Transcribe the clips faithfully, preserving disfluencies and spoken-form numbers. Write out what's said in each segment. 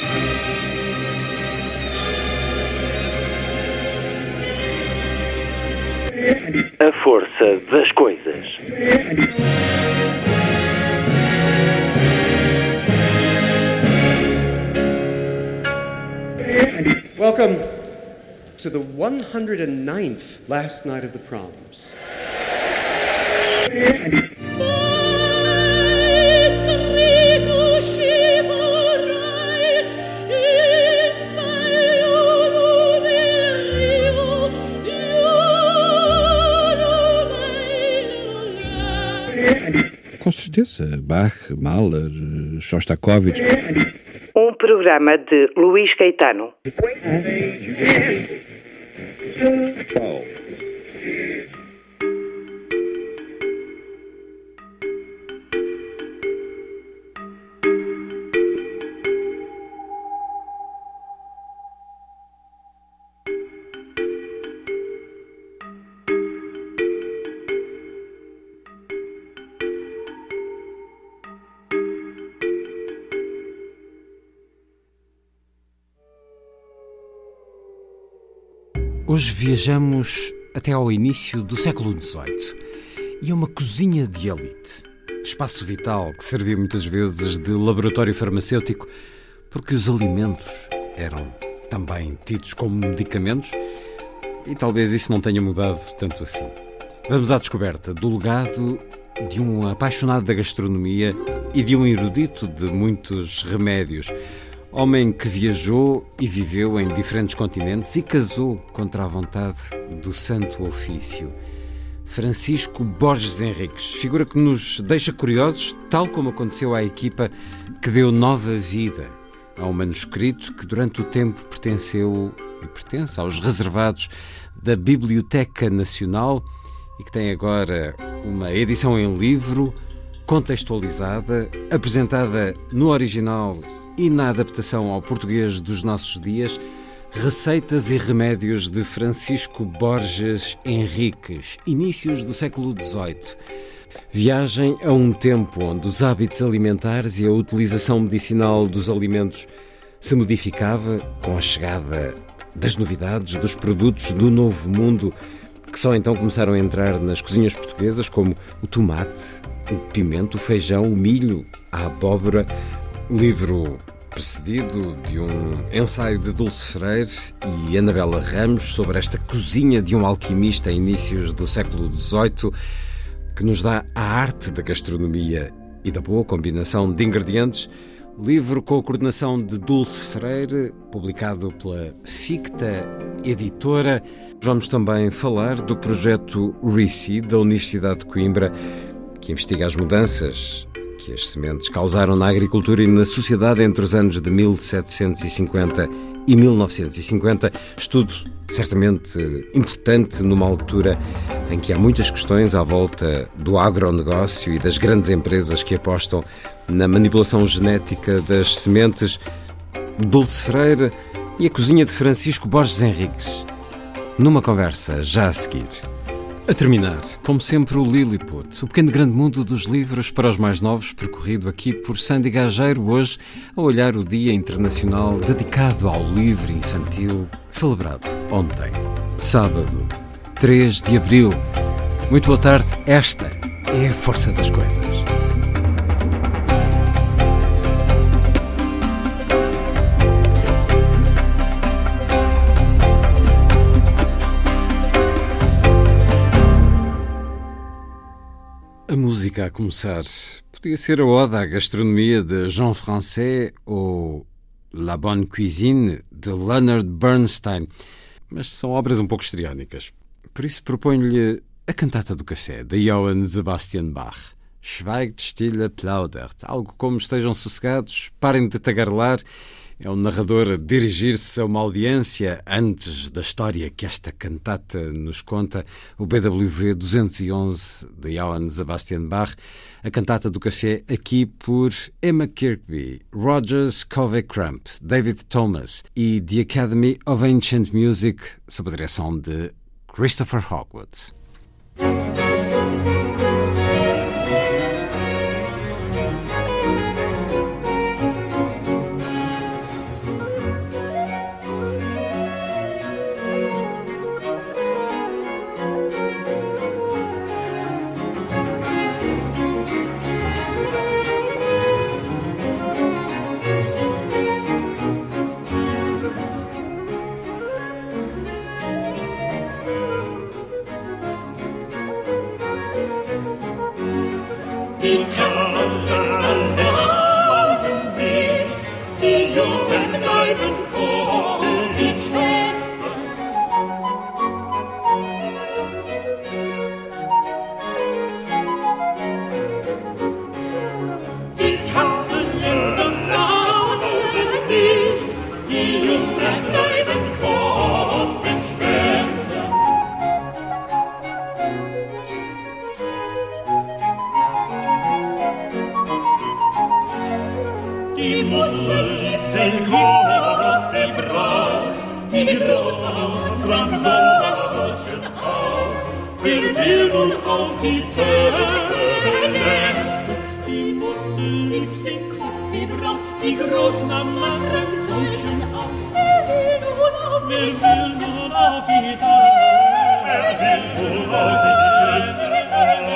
A força das coisas. Welcome to the one hundred ninth last night of the proms. Com certeza, Bach, Mahler, Shostakovich. Um programa de Luís Caetano. Hoje viajamos até ao início do século dezoito e a uma cozinha de elite. Espaço vital que servia muitas vezes de laboratório farmacêutico porque os alimentos eram também tidos como medicamentos e talvez isso não tenha mudado tanto assim. Vamos à descoberta do legado de um apaixonado da gastronomia e de um erudito de muitos remédios. Homem que viajou e viveu em diferentes continentes e casou contra a vontade do Santo Ofício. Francisco Borges Henriques, figura que nos deixa curiosos, tal como aconteceu à equipa que deu nova vida a um manuscrito que durante o tempo pertenceu e pertence aos reservados da Biblioteca Nacional e que tem agora uma edição em livro, contextualizada, apresentada no original e na adaptação ao português dos nossos dias, Receitas e Remédios de Francisco Borges Henriques, inícios do século dezoito. Viagem a um tempo onde os hábitos alimentares e a utilização medicinal dos alimentos se modificava com a chegada das novidades, dos produtos do novo mundo, que só então começaram a entrar nas cozinhas portuguesas, como o tomate, o pimento, o feijão, o milho, a abóbora. Livro precedido de um ensaio de Dulce Freire e Anabela Ramos sobre esta cozinha de um alquimista a inícios do século dezoito, que nos dá a arte da gastronomia e da boa combinação de ingredientes. Livro com a coordenação de Dulce Freire, publicado pela Ficta Editora. Vamos também falar do projeto RISI da Universidade de Coimbra, que investiga as mudanças que as sementes causaram na agricultura e na sociedade entre os anos de mil setecentos e cinquenta e mil novecentos e cinquenta. Estudo certamente importante numa altura em que há muitas questões à volta do agronegócio e das grandes empresas que apostam na manipulação genética das sementes. Dulce Freire e a cozinha de Francisco Borges Henriques, numa conversa já a seguir. A terminar, como sempre, o Lilliput, o pequeno grande mundo dos livros para os mais novos, percorrido aqui por Sandy Gageiro, hoje a olhar o Dia Internacional dedicado ao livro infantil, celebrado ontem, sábado, três de abril. Muito boa tarde, esta é a força das coisas. A música a começar podia ser a Ode à Gastronomia de Jean Français ou La Bonne Cuisine de Leonard Bernstein, mas são obras um pouco histriónicas. Por isso proponho-lhe A Cantata do Café, de Johann Sebastian Bach. Schweigt, stille, plaudert. Algo como estejam sossegados, parem de tagarelar. É um narrador a dirigir-se a uma audiência antes da história que esta cantata nos conta. O B W V duzentos e onze, de Johann Sebastian Bach. A Cantata do Café, aqui por Emma Kirkby, Rogers Covey-Crump, David Thomas e The Academy of Ancient Music, sob a direção de Christopher Hogwood. die Mutter liebt den Kaffee braucht, die Großaustrank soll auf solchen auch. Wer will nun auf die Töchter lässt, die Mutter liebt den Kaffee braucht, die Großmama trank solchen auch. Wer will nun auf die Töchter, wer will nun auf die Töchter,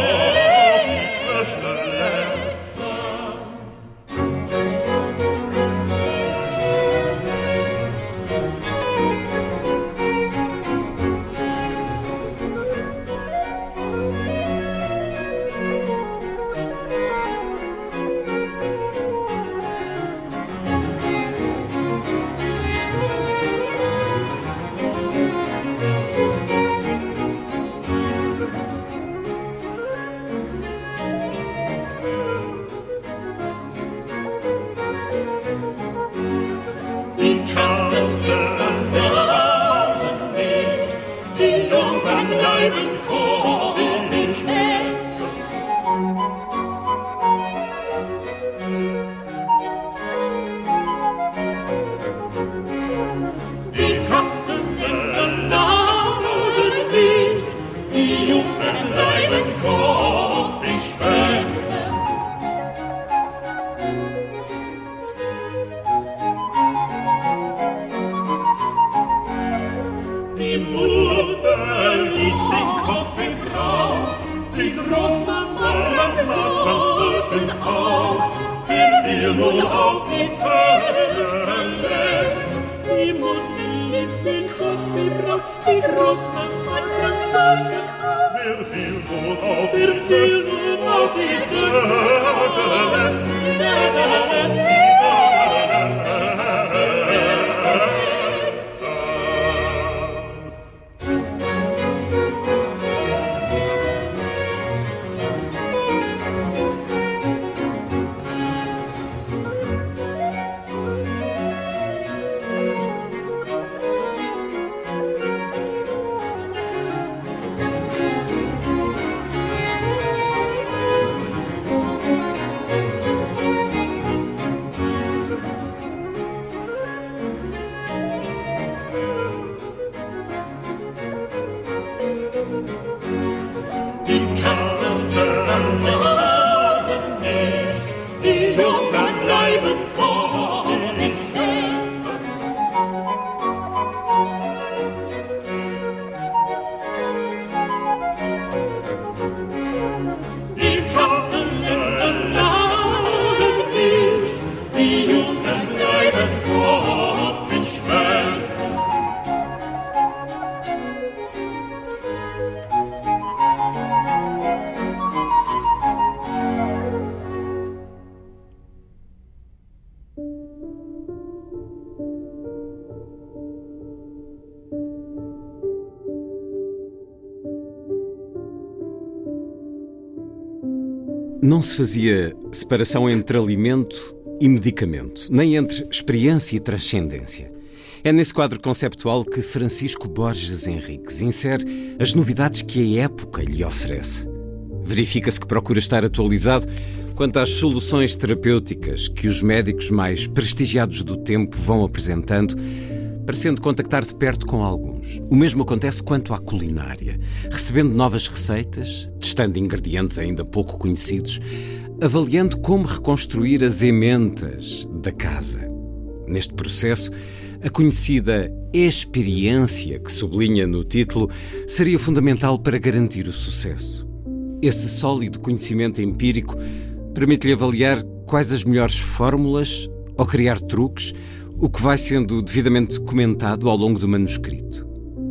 Não se fazia separação entre alimento e medicamento, nem entre experiência e transcendência. É nesse quadro conceptual que Francisco Borges Henriques insere as novidades que a época lhe oferece. Verifica-se que procura estar atualizado quanto às soluções terapêuticas que os médicos mais prestigiados do tempo vão apresentando, parecendo contactar de perto com alguns. O mesmo acontece quanto à culinária, recebendo novas receitas, testando ingredientes ainda pouco conhecidos, avaliando como reconstruir as ementas da casa. Neste processo, a conhecida experiência que sublinha no título seria fundamental para garantir o sucesso. Esse sólido conhecimento empírico permite-lhe avaliar quais as melhores fórmulas ou criar truques, o que vai sendo devidamente comentado ao longo do manuscrito.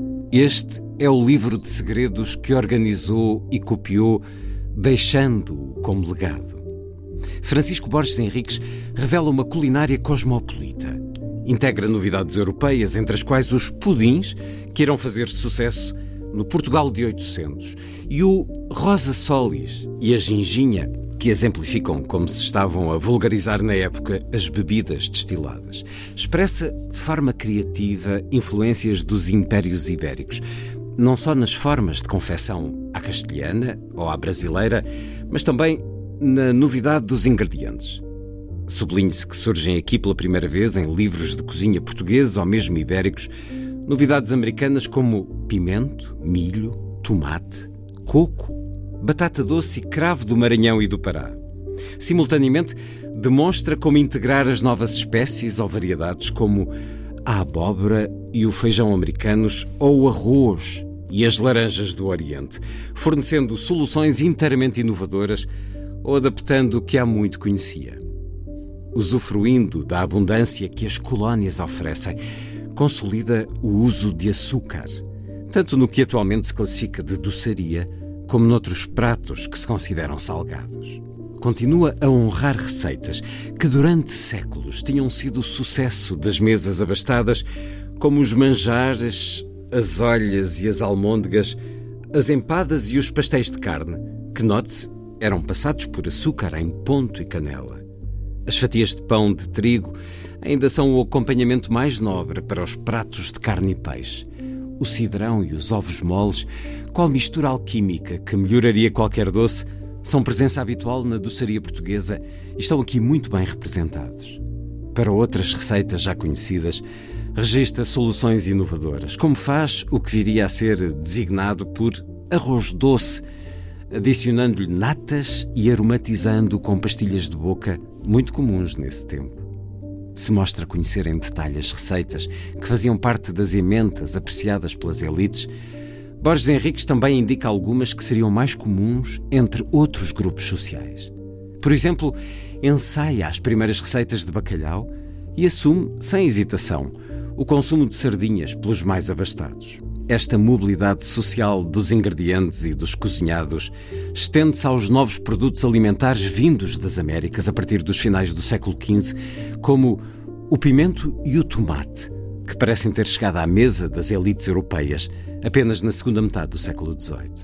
Este é o livro de segredos que organizou e copiou, deixando-o como legado. Francisco Borges Henriques revela uma culinária cosmopolita. Integra novidades europeias, entre as quais os pudins, que irão fazer sucesso no Portugal de oitocentos, e o rosa solis e a ginginha, que exemplificam como se estavam a vulgarizar na época as bebidas destiladas. Expressa de forma criativa influências dos impérios ibéricos, não só nas formas de confecção à castelhana ou à brasileira, mas também na novidade dos ingredientes. Sublinhe-se que surgem aqui pela primeira vez em livros de cozinha portuguesa ou mesmo ibéricos novidades americanas como pimento, milho, tomate, coco, batata doce e cravo do Maranhão e do Pará. Simultaneamente, demonstra como integrar as novas espécies ou variedades como a abóbora e o feijão americanos ou o arroz e as laranjas do Oriente, fornecendo soluções inteiramente inovadoras ou adaptando o que há muito conhecia. Usufruindo da abundância que as colónias oferecem, consolida o uso de açúcar, tanto no que atualmente se classifica de doçaria, como noutros pratos que se consideram salgados. Continua a honrar receitas que durante séculos tinham sido sucesso das mesas abastadas, como os manjares, as olhas e as almôndegas, as empadas e os pastéis de carne, que, note-se, eram passados por açúcar em ponto e canela. As fatias de pão de trigo ainda são o acompanhamento mais nobre para os pratos de carne e peixe. O cidrão e os ovos moles, qual mistura alquímica que melhoraria qualquer doce, são presença habitual na doçaria portuguesa e estão aqui muito bem representados. Para outras receitas já conhecidas, registra soluções inovadoras, como faz o que viria a ser designado por arroz doce, adicionando-lhe natas e aromatizando com pastilhas de boca muito comuns nesse tempo. Se mostra conhecer em detalhe as receitas que faziam parte das ementas apreciadas pelas elites, Borges Henriques também indica algumas que seriam mais comuns entre outros grupos sociais. Por exemplo, ensaia as primeiras receitas de bacalhau e assume, sem hesitação, o consumo de sardinhas pelos mais abastados. Esta mobilidade social dos ingredientes e dos cozinhados estende-se aos novos produtos alimentares vindos das Américas a partir dos finais do século quinze, como o pimento e o tomate, que parecem ter chegado à mesa das elites europeias apenas na segunda metade do século dezoito.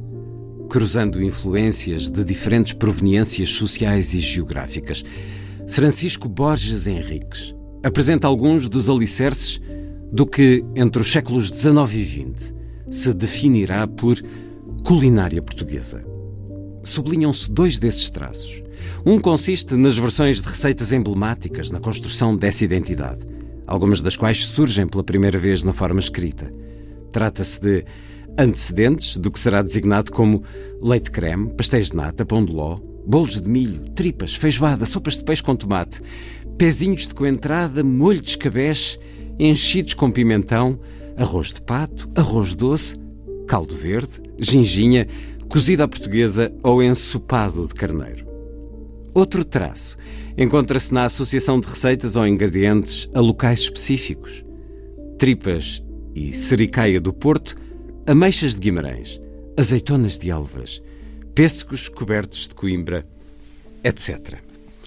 Cruzando influências de diferentes proveniências sociais e geográficas, Francisco Borges Henriques apresenta alguns dos alicerces do que, entre os séculos dezanove e vinte, se definirá por culinária portuguesa. Sublinham-se dois desses traços. Um consiste nas versões de receitas emblemáticas na construção dessa identidade, algumas das quais surgem pela primeira vez na forma escrita. Trata-se de antecedentes do que será designado como leite creme, pastéis de nata, pão de ló, bolos de milho, tripas, feijoada, sopas de peixe com tomate, pezinhos de coentrada, molho de escabeche, enchidos com pimentão, arroz de pato, arroz doce, caldo verde, ginginha, cozida à portuguesa ou ensopado de carneiro. Outro traço encontra-se na associação de receitas ou ingredientes a locais específicos. Tripas e sericaia do Porto, ameixas de Guimarães, azeitonas de Elvas, pêssegos cobertos de Coimbra, etcétera.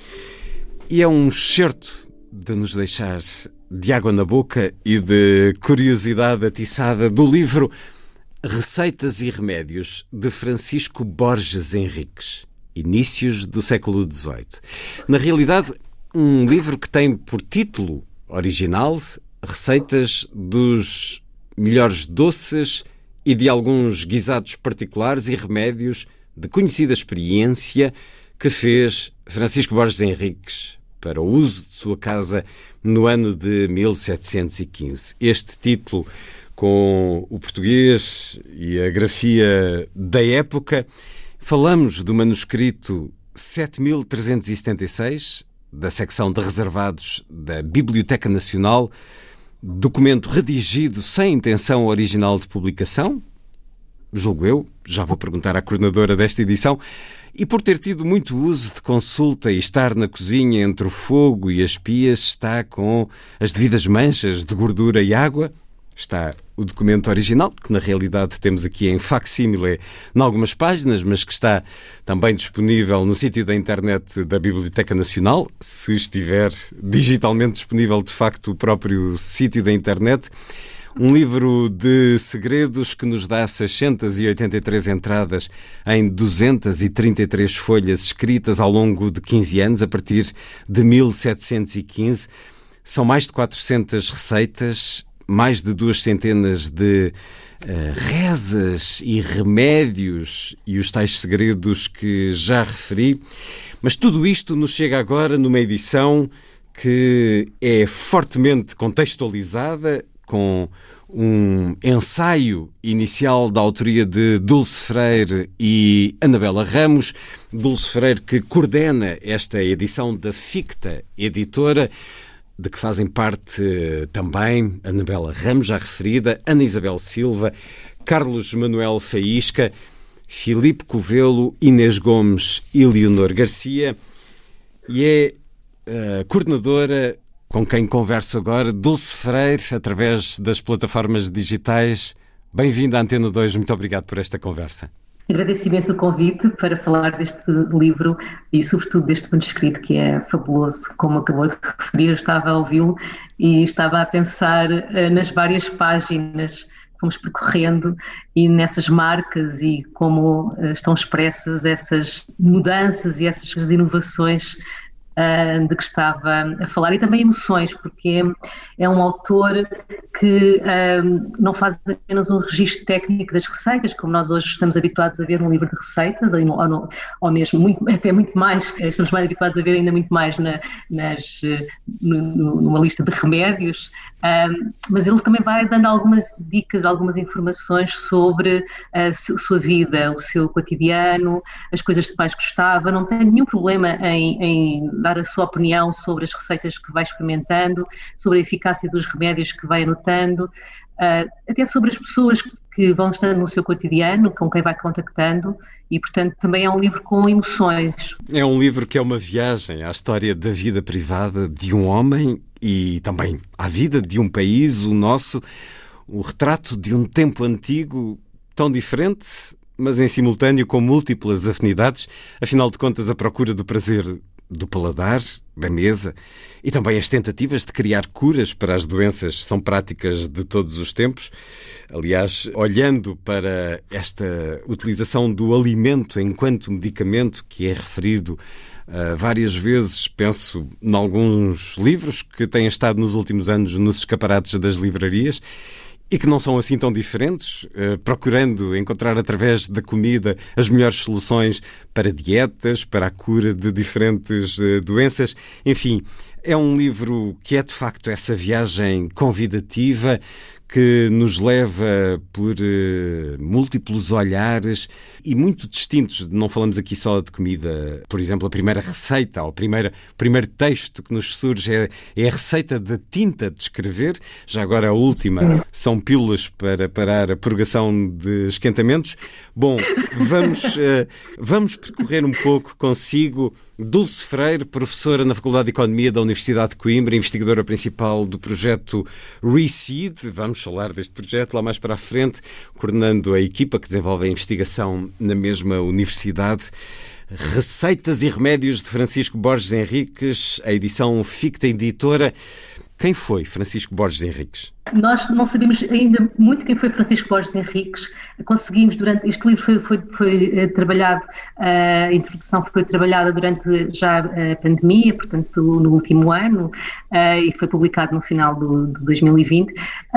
E é um excerto de nos deixar de água na boca e de curiosidade atiçada do livro Receitas e Remédios, de Francisco Borges Henriques, inícios do século dezoito. Na realidade, um livro que tem por título original receitas dos melhores doces e de alguns guisados particulares e remédios de conhecida experiência que fez Francisco Borges Henriques para o uso de sua casa no ano de mil setecentos e quinze. Este título, com o português e a grafia da época, falamos do manuscrito sete mil trezentos e setenta e seis, da secção de reservados da Biblioteca Nacional, documento redigido sem intenção original de publicação, julgo eu, já vou perguntar à coordenadora desta edição, e por ter tido muito uso de consulta e estar na cozinha entre o fogo e as pias, está com as devidas manchas de gordura e água. Está o documento original, que na realidade temos aqui em facsímile em algumas páginas, mas que está também disponível no sítio da internet da Biblioteca Nacional, se estiver digitalmente disponível de facto o próprio sítio da internet. Um livro de segredos que nos dá seiscentas e oitenta e três entradas em duzentas e trinta e três folhas escritas ao longo de quinze anos, a partir de mil setecentos e quinze. São mais de quatrocentas receitas, mais de duas centenas de rezas e remédios e os tais segredos que já referi. Mas tudo isto nos chega agora numa edição que é fortemente contextualizada, com um ensaio inicial da autoria de Dulce Freire e Anabela Ramos. Dulce Freire, que coordena esta edição da Ficta Editora, de que fazem parte também Anabela Ramos, já referida, Ana Isabel Silva, Carlos Manuel Faísca, Filipe Covelo, Inês Gomes e Leonor Garcia. E é a coordenadora com quem converso agora, Dulce Freire, através das plataformas digitais. Bem-vinda à Antena dois, muito obrigado por esta conversa. Agradeço imenso o convite para falar deste livro e, sobretudo, deste manuscrito que é fabuloso. Como acabou de referir, eu estava a ouvi-lo e estava a pensar uh, nas várias páginas que fomos percorrendo e nessas marcas e como uh, estão expressas essas mudanças e essas inovações de que estava a falar, e também emoções, porque é um autor que um, não faz apenas um registro técnico das receitas, como nós hoje estamos habituados a ver num livro de receitas, ou, ou, ou mesmo muito, até muito mais, estamos mais habituados a ver ainda muito mais na, nas, no, numa lista de remédios, um, mas ele também vai dando algumas dicas, algumas informações sobre a sua vida, o seu cotidiano, as coisas que mais gostava. Não tem nenhum problema em, em dar a sua opinião sobre as receitas que vai experimentando, sobre a eficácia dos remédios que vai anotando, uh, até sobre as pessoas que vão estando no seu cotidiano, com quem vai contactando, e portanto também é um livro com emoções. É um livro que é uma viagem à história da vida privada de um homem e também à vida de um país, o nosso, o retrato de um tempo antigo tão diferente, mas em simultâneo com múltiplas afinidades. Afinal de contas, a procura do prazer do paladar, da mesa, e também as tentativas de criar curas para as doenças são práticas de todos os tempos. Aliás, olhando para esta utilização do alimento enquanto medicamento, que é referido uh, várias vezes, penso em alguns livros que têm estado nos últimos anos nos escaparates das livrarias, e que não são assim tão diferentes, eh, procurando encontrar através da comida as melhores soluções para dietas, para a cura de diferentes eh, doenças. Enfim, é um livro que é de facto essa viagem convidativa que nos leva por uh, múltiplos olhares e muito distintos. Não falamos aqui só de comida. Por exemplo, a primeira receita, ou o primeiro, primeiro texto que nos surge é, é a receita da tinta de escrever. Já agora a última são pílulas para parar a purgação de esquentamentos. Bom, vamos, uh, vamos percorrer um pouco consigo. Dulce Freire, professora na Faculdade de Economia da Universidade de Coimbra, investigadora principal do projeto ReSeed. Vamos falar deste projeto lá mais para a frente, coordenando a equipa que desenvolve a investigação na mesma universidade. Receitas e Remédios de Francisco Borges Henriques, a edição Ficta Editora. Quem foi Francisco Borges Henriques? Nós não sabemos ainda muito quem foi Francisco Borges Henriques. Conseguimos durante... Este livro foi, foi, foi trabalhado, a introdução foi trabalhada durante já a pandemia, portanto no último ano, e foi publicado no final do, de dois mil e vinte.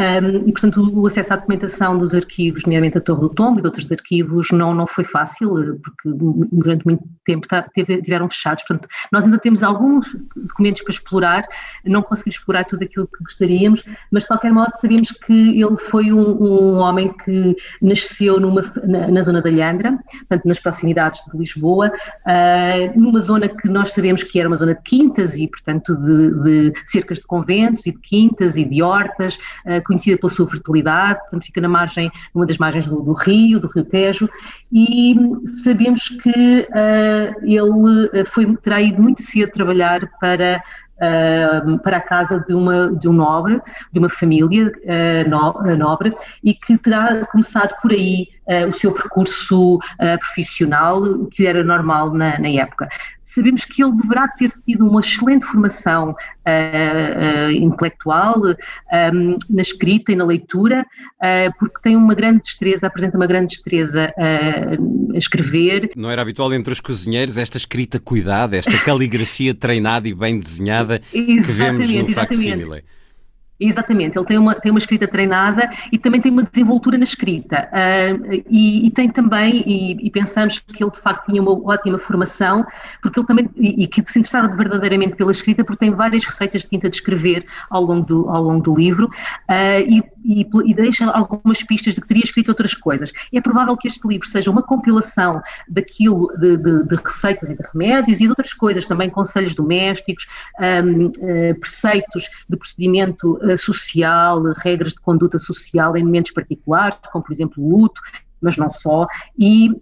E portanto o acesso à documentação dos arquivos, nomeadamente a Torre do Tombo e de outros arquivos, não, não foi fácil, porque durante muito tempo tiveram fechados. Portanto, nós ainda temos alguns documentos para explorar, não conseguimos explorar tudo aquilo que gostaríamos, mas de qualquer modo sabemos que ele foi um, um homem que nasceu numa, na, na zona da Alhandra, portanto nas proximidades de Lisboa, uh, numa zona que nós sabemos que era uma zona de quintas e portanto de, de cercas de conventos e de quintas e de hortas, uh, conhecida pela sua fertilidade, portanto fica na margem, numa das margens do, do rio, do rio Tejo, e sabemos que uh, ele foi, terá ido muito cedo trabalhar para Uh, para a casa de, uma, de um nobre, de uma família uh, no, nobre, e que terá começado por aí uh, o seu percurso uh, profissional, o que era normal na, na época. Sabemos que ele deverá ter tido uma excelente formação uh, uh, intelectual, um, na escrita e na leitura, uh, porque tem uma grande destreza, apresenta uma grande destreza uh, a escrever. Não era habitual entre os cozinheiros esta escrita cuidada, esta caligrafia treinada e bem desenhada que vemos no facsímile. Exatamente, ele tem uma, tem uma escrita treinada e também tem uma desenvoltura na escrita uh, e, e tem também, e, e pensamos que ele de facto tinha uma ótima formação, porque ele também, e, e que se interessava verdadeiramente pela escrita, porque tem várias receitas de tinta de escrever ao longo do, ao longo do livro uh, e, e, e deixa algumas pistas de que teria escrito outras coisas. É provável que este livro seja uma compilação daquilo, de, de, de receitas e de remédios e de outras coisas, também conselhos domésticos, um, uh, preceitos de procedimento social, regras de conduta social em momentos particulares, como por exemplo o luto, mas não só, e,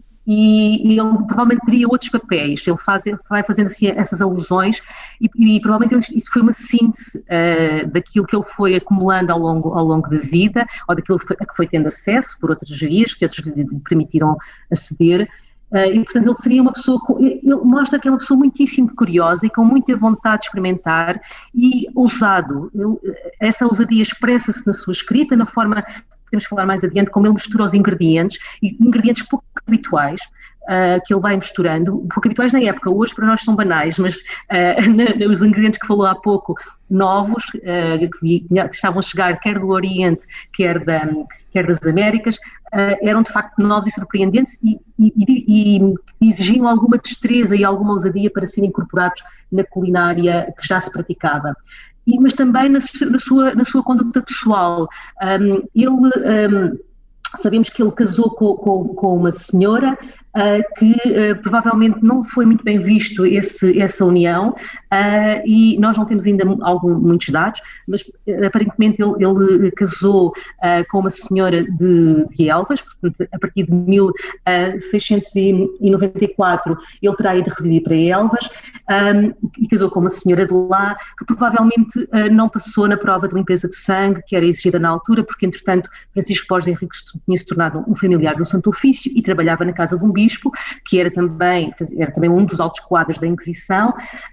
e, e ele provavelmente teria outros papéis, ele, faz, ele vai fazendo assim essas alusões e, e provavelmente isso foi uma síntese uh, daquilo que ele foi acumulando ao longo, ao longo da vida, ou daquilo a que foi tendo acesso por outras vias, que outros lhe permitiram aceder. Uh, e, portanto, ele seria uma pessoa, ele mostra que é uma pessoa muitíssimo curiosa e com muita vontade de experimentar e ousado. Ele, essa ousadia expressa-se na sua escrita, na forma, podemos falar mais adiante, como ele mistura os ingredientes, e ingredientes pouco habituais, uh, que ele vai misturando, pouco habituais na época, hoje para nós são banais, mas uh, na, na, os ingredientes que falou há pouco, novos, uh, que, que estavam a chegar quer do Oriente, quer da... quer das Américas, uh, eram de facto novos e surpreendentes e, e, e, e exigiam alguma destreza e alguma ousadia para serem incorporados na culinária que já se praticava. E, mas também na, na, sua, na sua conduta pessoal. Um, ele, um, sabemos que ele casou com, com, com uma senhora uh, que uh, provavelmente não foi muito bem visto esse, essa união uh, e nós não temos ainda algum, muitos dados, mas uh, aparentemente ele, ele casou uh, com uma senhora de, de Elvas, portanto a partir de mil seiscentos e noventa e quatro ele terá ido residir para Elvas um, e casou com uma senhora de lá que provavelmente uh, não passou na prova de limpeza de sangue que era exigida na altura, porque entretanto Francisco Borges Henriques tinha se tornado um familiar do Santo Ofício e trabalhava na casa de um bispo, que era também, era também um dos altos quadros da Inquisição,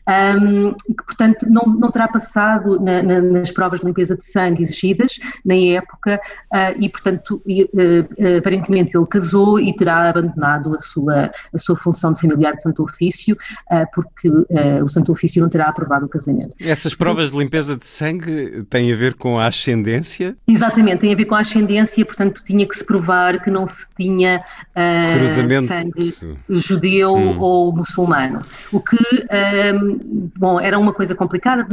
um, e que, portanto, não, não terá passado na, na, nas provas de limpeza de sangue exigidas na época uh, e, portanto, e, uh, aparentemente ele casou e terá abandonado a sua, a sua função de familiar de Santo Ofício, uh, porque uh, o Santo Ofício não terá aprovado o casamento. Essas provas de limpeza de sangue têm a ver com a ascendência? Exatamente, tem a ver com a ascendência, portanto, tinha que se provar que não se tinha uh, sangue judeu hum. ou muçulmano. O que, um, bom, era uma coisa complicada,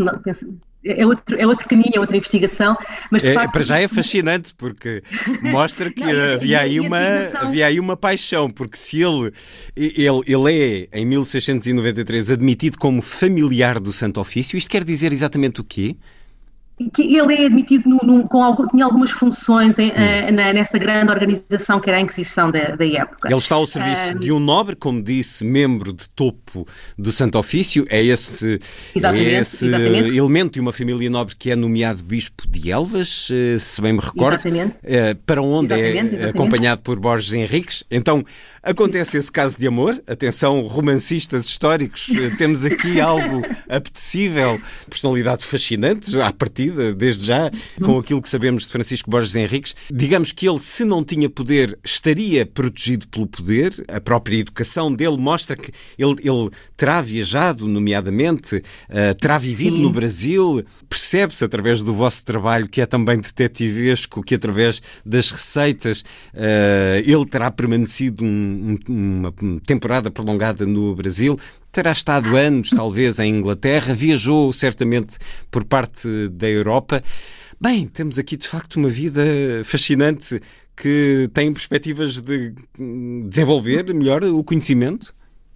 é outro, é outro caminho, é outra investigação, mas de é, facto... Para já é fascinante, porque mostra que não, havia, aí uma, havia aí uma paixão, porque se ele, ele, ele é, em mil seiscentos e noventa e três, admitido como familiar do Santo Ofício, isto quer dizer exatamente o quê? Que ele é admitido no, no, com algo, tinha algumas funções em, hum. na, nessa grande organização que era a Inquisição da, da época. Ele está ao serviço um, de um nobre, como disse, membro de topo do Santo Ofício, é esse, é esse elemento de uma família nobre que é nomeado Bispo de Elvas, se bem me recordo, exatamente. Para onde exatamente, é exatamente. Acompanhado por Borges Henriques. Então, acontece esse caso de amor, atenção, romancistas históricos, temos aqui algo apetecível, personalidade fascinante, à partida, desde já, com aquilo que sabemos de Francisco Borges Henriques. Digamos que ele, se não tinha poder, estaria protegido pelo poder. A própria educação dele mostra que ele, ele terá viajado, nomeadamente, uh, terá vivido Sim. no Brasil. Percebe-se, através do vosso trabalho, que é também detetivesco, que através das receitas uh, ele terá permanecido um, um, uma temporada prolongada no Brasil. Terá estado anos, talvez, em Inglaterra, viajou certamente por parte da Europa. Bem, temos aqui de facto uma vida fascinante que tem perspectivas de desenvolver melhor o conhecimento.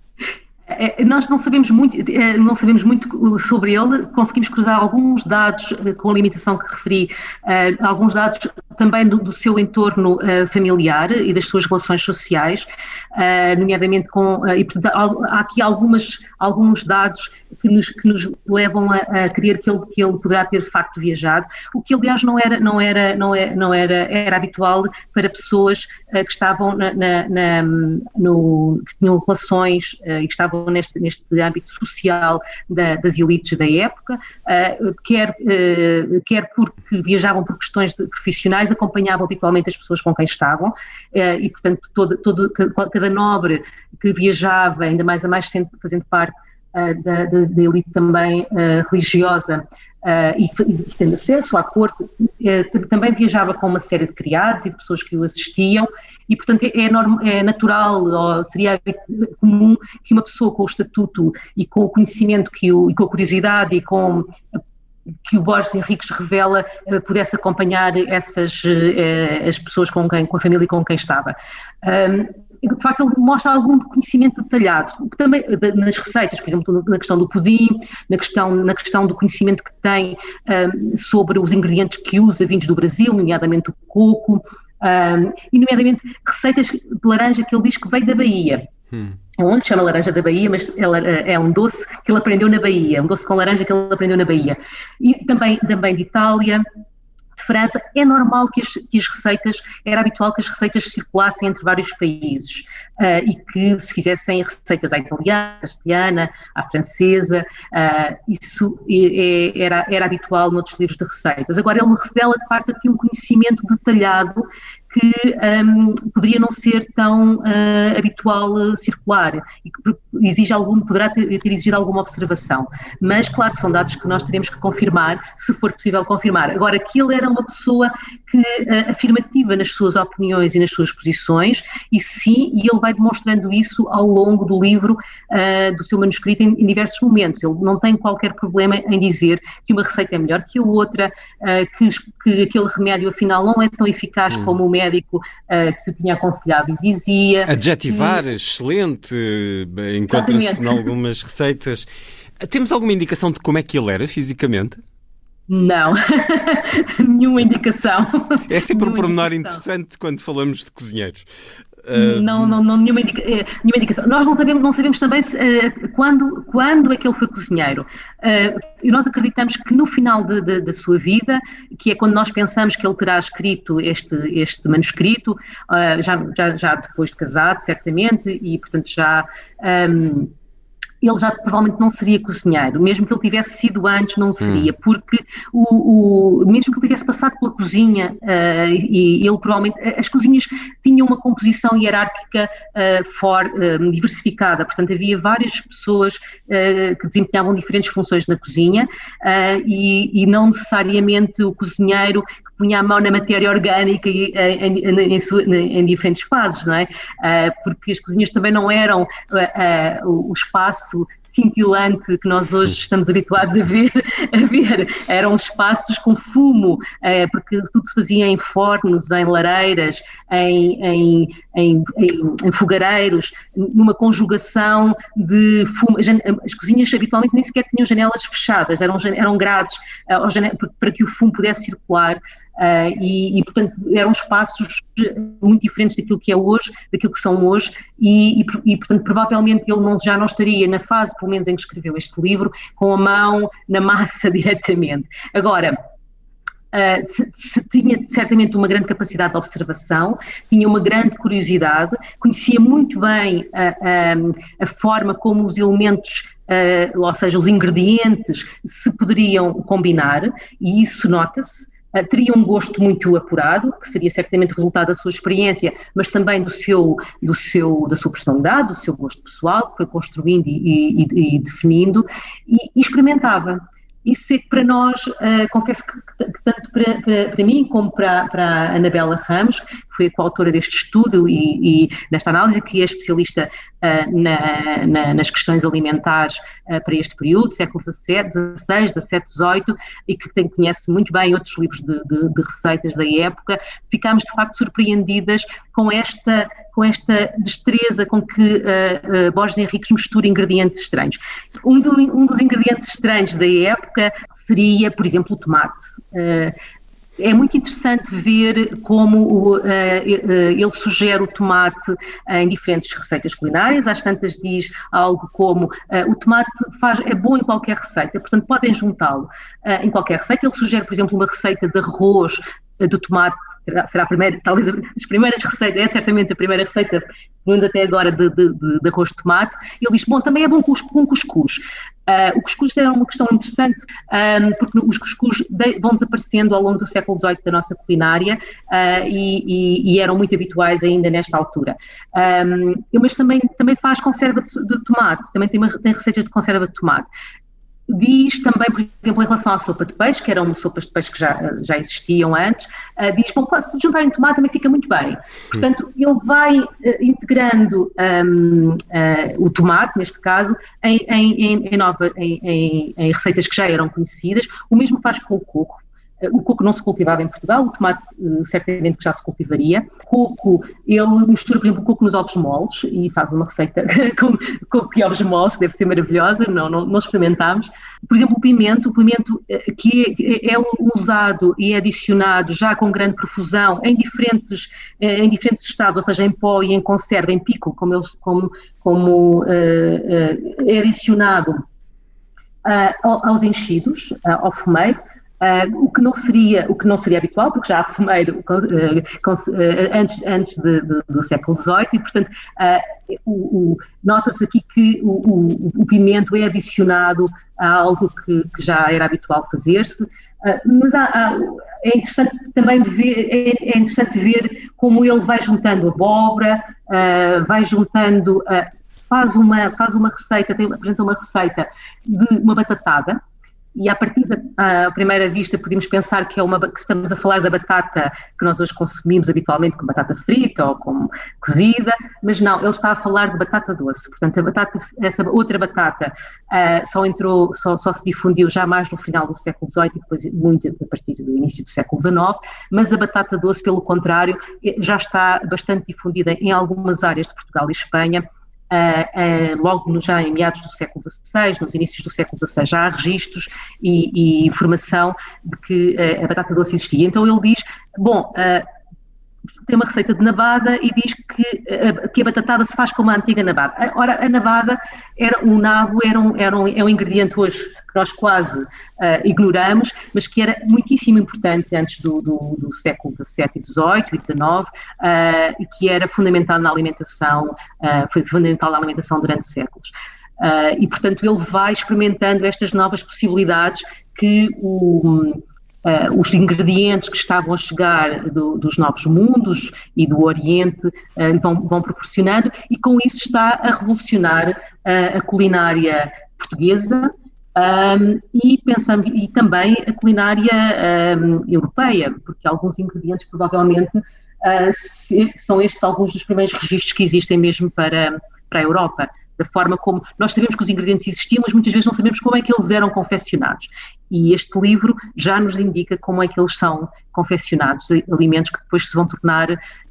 Nós não sabemos muito, não sabemos muito sobre ele, conseguimos cruzar alguns dados com a limitação que referi, alguns dados também do, do seu entorno familiar e das suas relações sociais, nomeadamente com, e portanto, há aqui algumas, alguns dados que nos, que nos levam a, a crer que ele, que ele poderá ter de facto viajado, o que aliás não era, não era, não era, não era, era habitual para pessoas que estavam na, na, na, no, que tinham relações e que estavam Neste, neste âmbito social da, das elites da época, uh, quer, uh, quer porque viajavam por questões de, profissionais, acompanhavam habitualmente as pessoas com quem estavam, uh, e portanto todo, todo, cada nobre que viajava, ainda mais a mais fazendo parte uh, da, da, da elite também uh, religiosa, uh, e, e tendo acesso à corte, uh, também viajava com uma série de criados e de pessoas que o assistiam, e portanto é, norm, é natural, ou seria comum que uma pessoa com o estatuto e com o conhecimento que o, e com a curiosidade e com que o Borges Henriques revela uh, pudesse acompanhar essas uh, as pessoas com quem, com a família com quem estava. Um, de facto ele mostra algum conhecimento detalhado, o que também nas receitas, por exemplo, na questão do pudim, na questão, na questão do conhecimento que tem um, sobre os ingredientes que usa vindos do Brasil, nomeadamente o coco, um, e nomeadamente receitas de laranja que ele diz que veio da Bahia. Hum. É um que chama laranja da Bahia, mas é um doce que ele aprendeu na Bahia, um doce com laranja que ele aprendeu na Bahia. E também, também de Itália, de França. É normal que as, que as receitas, era habitual que as receitas circulassem entre vários países uh, e que se fizessem receitas à italiana, à castelhana, à francesa, uh, isso é, é, era, era habitual noutros livros de receitas. Agora ele revela de facto aqui um conhecimento detalhado que um, poderia não ser tão uh, habitual uh, circular e que exige algum, poderá ter, ter exigido alguma observação. Mas, claro, são dados que nós teremos que confirmar, se for possível confirmar. Agora, que ele era uma pessoa que, uh, afirmativa nas suas opiniões e nas suas posições, e sim, e ele vai demonstrando isso ao longo do livro, uh, do seu manuscrito, em, em diversos momentos. Ele não tem qualquer problema em dizer que uma receita é melhor que a outra, uh, que, que aquele remédio, afinal, não é tão eficaz hum. como o médico médico uh, que o tinha aconselhado e dizia. Adjetivar, que... excelente, encontra-se em algumas receitas. Temos alguma indicação de como é que ele era fisicamente? Não, nenhuma indicação. É sempre um pormenor interessante quando falamos de cozinheiros. Uh... Não, não, não nenhuma, indica, nenhuma indicação. Nós não sabemos, não sabemos também se, uh, quando, quando é que ele foi cozinheiro. Uh, e nós acreditamos que no final de, de, da sua vida, que é quando nós pensamos que ele terá escrito este, este manuscrito, uh, já, já, já depois de casado, certamente, e portanto já... Um, ele já provavelmente não seria cozinheiro, mesmo que ele tivesse sido antes, não seria, hum. porque o, o, mesmo que ele tivesse passado pela cozinha, uh, e ele provavelmente, as cozinhas tinham uma composição hierárquica uh, for, uh, diversificada, portanto havia várias pessoas uh, que desempenhavam diferentes funções na cozinha, uh, e, e não necessariamente o cozinheiro que punha a mão na matéria orgânica em, em, em, em, em diferentes fases, não é? Uh, porque as cozinhas também não eram uh, uh, o espaço cintilante que nós hoje estamos habituados a ver, a ver. Eram espaços com fumo, eh, porque tudo se fazia em fornos, em lareiras, em, em, em, em, em fogareiros, numa conjugação de fumo. As cozinhas habitualmente nem sequer tinham janelas fechadas, eram, eram grades uh, para que o fumo pudesse circular. Uh, e, e, portanto, eram espaços muito diferentes daquilo que é hoje, daquilo que são hoje, e, e, e portanto, provavelmente ele não, já não estaria na fase, pelo menos, em que escreveu este livro, com a mão na massa diretamente. Agora, Uh, se, se tinha certamente uma grande capacidade de observação, tinha uma grande curiosidade, conhecia muito bem a, a, a forma como os elementos, uh, ou seja, os ingredientes, se poderiam combinar, e isso nota-se. Uh, teria um gosto muito apurado, que seria certamente resultado da sua experiência, mas também do seu, do seu, da sua personalidade, do seu gosto pessoal, que foi construindo e, e, e definindo, e, e experimentava. Isso é que para nós, uh, confesso que, que tanto para, para, para mim como para, para a Anabela Ramos, que foi a coautora deste estudo e, e desta análise, que é especialista uh, na, na, nas questões alimentares uh, para este período, século dezassete, dezasseis, dezassete, dezoito, e que tem, conhece muito bem outros livros de, de, de receitas da época, ficámos de facto surpreendidas com esta, com esta destreza com que uh, uh, Borges Henriques mistura ingredientes estranhos. Um, do, um dos ingredientes estranhos da época seria, por exemplo, o tomate. Uh, É muito interessante ver como uh, uh, ele sugere o tomate uh, em diferentes receitas culinárias. Às tantas diz algo como uh, o tomate faz, é bom em qualquer receita, portanto podem juntá-lo uh, em qualquer receita. Ele sugere, por exemplo, uma receita de arroz uh, do tomate, será a primeira, talvez as primeiras receitas, é certamente a primeira receita, mundo até agora, de, de, de, de arroz de tomate. Ele diz, bom, também é bom com, com cuscuz. Uh, o cuscuz é uma questão interessante, um, porque os cuscuz de, vão desaparecendo ao longo do século dezoito da nossa culinária uh, e, e, e eram muito habituais ainda nesta altura. Um, mas também, também faz conserva de, de tomate, também tem, uma, tem receitas de conserva de tomate. diz também, por exemplo, em relação à sopa de peixe, que eram sopas de peixe que já, já existiam antes, uh, diz, bom, se juntarem tomate também fica muito bem. Portanto, ele vai uh, integrando um, uh, o tomate, neste caso, em, em, em, nova, em, em, em receitas que já eram conhecidas. O mesmo faz com o coco. O coco não se cultivava em Portugal, o tomate certamente que já se cultivaria. O coco, ele mistura, por exemplo, o coco nos ovos moles e faz uma receita com coco e ovos moles, que deve ser maravilhosa, não, não, não experimentámos. Por exemplo, o pimento, o pimento que é, é usado e é adicionado já com grande profusão em diferentes, em diferentes estados, ou seja, em pó e em conserva, em pico, como, eles, como, como uh, uh, é adicionado uh, aos enchidos, uh, ao fumeiro. Uh, o, que não seria, o que não seria habitual, porque já há fumeiro uh, uh, antes, antes de, de, do século dezoito e, portanto, uh, o, o, nota-se aqui que o, o, o pimento é adicionado a algo que, que já era habitual fazer-se, uh, mas há, há, é interessante também ver, é, é interessante ver como ele vai juntando abóbora, uh, vai juntando, uh, faz, uma, faz uma receita, tem, apresenta uma receita de uma batatada. E, à partida, à primeira vista, podemos pensar que, é uma, que estamos a falar da batata que nós hoje consumimos habitualmente com batata frita ou com cozida, mas não, ele está a falar de batata doce. Portanto, a batata, essa outra batata uh, só entrou, só, só se difundiu já mais no final do século dezoito e depois muito a partir do início do século dezanove, mas a batata doce, pelo contrário, já está bastante difundida em algumas áreas de Portugal e Espanha. Uh, uh, logo no, já em meados do século dezasseis, nos inícios do século dezasseis, já há registros e, e informação de que uh, a batata doce existia. Então ele diz, bom, uh, tem uma receita de nabada e diz que, uh, que a batatada se faz como a antiga nabada. Ora, a nabada, era, o nabo era um, era um, é um ingrediente hoje que nós quase uh, ignoramos, mas que era muitíssimo importante antes do, do, do século dezassete e dezoito e dezanove uh, e que era fundamental na alimentação, uh, foi fundamental na alimentação durante séculos. Uh, e, portanto, ele vai experimentando estas novas possibilidades que o... Uh, os ingredientes que estavam a chegar do, dos novos mundos e do Oriente uh, vão, vão proporcionando, e com isso está a revolucionar uh, a culinária portuguesa um, e, pensamos, e também a culinária um, europeia, porque alguns ingredientes provavelmente uh, se, são estes alguns dos primeiros registros que existem mesmo para, para a Europa. Da forma como nós sabemos que os ingredientes existiam, mas muitas vezes não sabemos como é que eles eram confeccionados. E este livro já nos indica como é que eles são confeccionados, alimentos que depois se vão tornar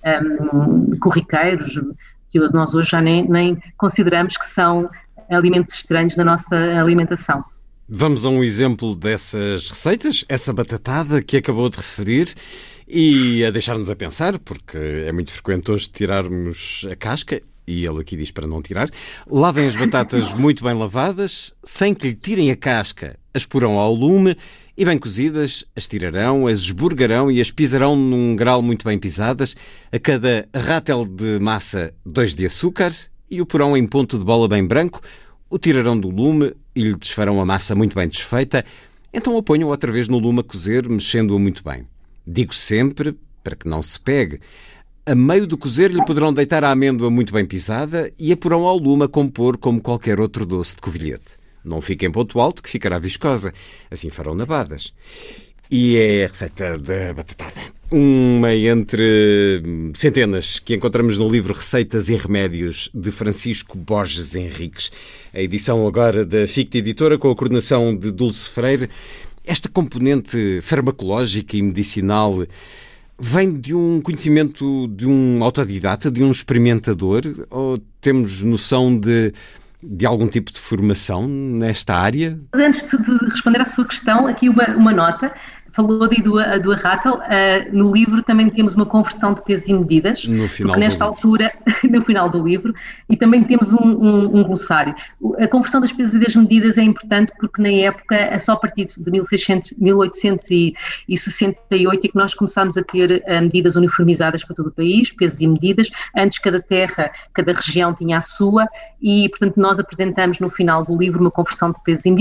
um, corriqueiros, que nós hoje já nem, nem consideramos que são alimentos estranhos na nossa alimentação. Vamos a um exemplo dessas receitas, essa batatada que acabou de referir, e a deixar-nos a pensar, porque é muito frequente hoje tirarmos a casca, e ele aqui diz para não tirar. Lavem as batatas muito bem lavadas, sem que lhe tirem a casca, as porão ao lume e bem cozidas, as tirarão, as esburgarão e as pisarão num grau muito bem pisadas. A cada rátel de massa, dois de açúcar e o porão em ponto de bola bem branco. O tirarão do lume e lhe desfarão a massa muito bem desfeita. Então a ponham outra vez no lume a cozer, mexendo-a muito bem. Digo sempre, para que não se pegue, a meio do cozer lhe poderão deitar a amêndoa muito bem pisada e a porão ao lume a compor como qualquer outro doce de covilhete. Não fique em ponto alto, que ficará viscosa. Assim farão nabadas. E é a receita da batatada. Uma entre centenas que encontramos no livro Receitas e Remédios de Francisco Borges Henriques. A edição agora da Ficta Editora, com a coordenação de Dulce Freire. Esta componente farmacológica e medicinal vem de um conhecimento de um autodidata, de um experimentador, ou temos noção de, de algum tipo de formação nesta área? Antes de responder à sua questão, aqui uma, uma nota. Falou de do, do Rattle, uh, no livro também temos uma conversão de pesos e medidas, no final porque nesta do altura, no final do livro, e também temos um, um, um glossário. A conversão das pesos e das medidas é importante porque na época, é só a partir de mil oitocentos e sessenta e oito é que nós começámos a ter uh, medidas uniformizadas para todo o país, pesos e medidas. Antes cada terra, cada região tinha a sua e, portanto, nós apresentamos no final do livro uma conversão de pesos e medidas.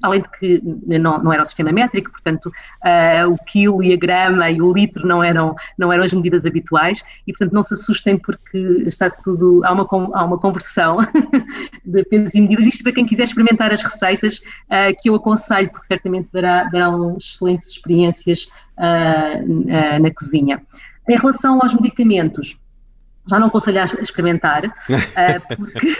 além de que não, não era o sistema métrico, portanto uh, o quilo e a grama e o litro não eram, não eram as medidas habituais e, portanto, não se assustem porque está tudo, há uma, há uma conversão de pesos e medidas. Isto para quem quiser experimentar as receitas, uh, que eu aconselho, porque certamente dará, darão excelentes experiências uh, uh, na cozinha. Em relação aos medicamentos, já não aconselho a experimentar, uh, porque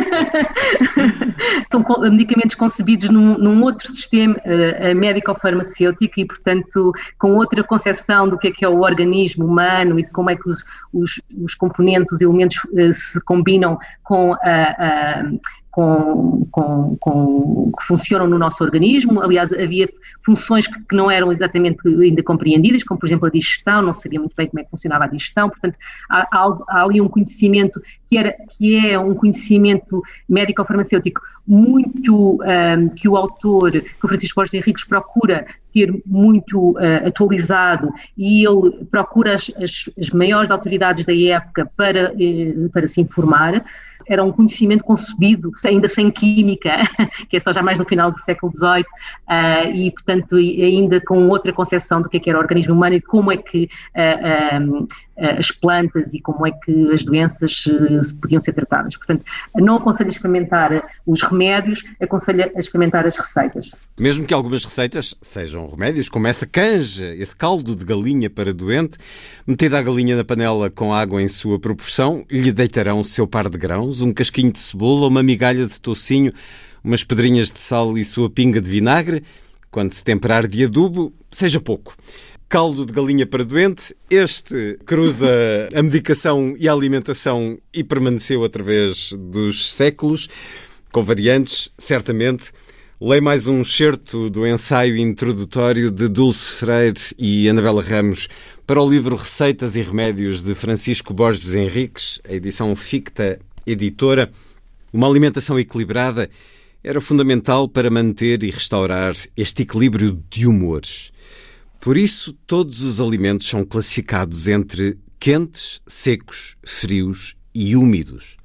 são medicamentos concebidos num, num outro sistema uh, médico-farmacêutico e, portanto, com outra concepção do que é que é o organismo humano e de como é que os, os, os componentes, os elementos uh, se combinam com a... Uh, uh, Com, com, com, que funcionam no nosso organismo. Aliás, havia funções que, que não eram exatamente ainda compreendidas, como por exemplo a digestão, não se sabia muito bem como é que funcionava a digestão, portanto há, há, há ali um conhecimento que, era, que é um conhecimento médico-farmacêutico muito, um, que o autor, que o Francisco Borges Henriques procura ter muito uh, atualizado e ele procura as, as, as maiores autoridades da época para, uh, para se informar. Era um conhecimento concebido ainda sem química, que é só já mais no final do século dezoito, uh, e, portanto, ainda com outra concepção do que é que era o organismo humano e como é que uh, um, as plantas e como é que as doenças uh, podiam ser tratadas. Portanto, não aconselho a experimentar os remédios, aconselho a experimentar as receitas. Mesmo que algumas receitas sejam remédios, como essa canja, esse caldo de galinha para doente, metida a galinha na panela com água em sua proporção, lhe deitarão o seu par de grãos, um casquinho de cebola, uma migalha de toucinho, umas pedrinhas de sal e sua pinga de vinagre. Quando se temperar de adubo, seja pouco. Caldo de galinha para doente, este cruza a medicação e a alimentação e permaneceu através dos séculos, com variantes, certamente. Leio mais um excerto do ensaio introdutório de Dulce Freire e Anabela Ramos para o livro Receitas e Remédios de Francisco Borges Henriques, a edição Ficta Editora. Uma alimentação equilibrada era fundamental para manter e restaurar este equilíbrio de humores. Por isso, todos os alimentos são classificados entre quentes, secos, frios e úmidos.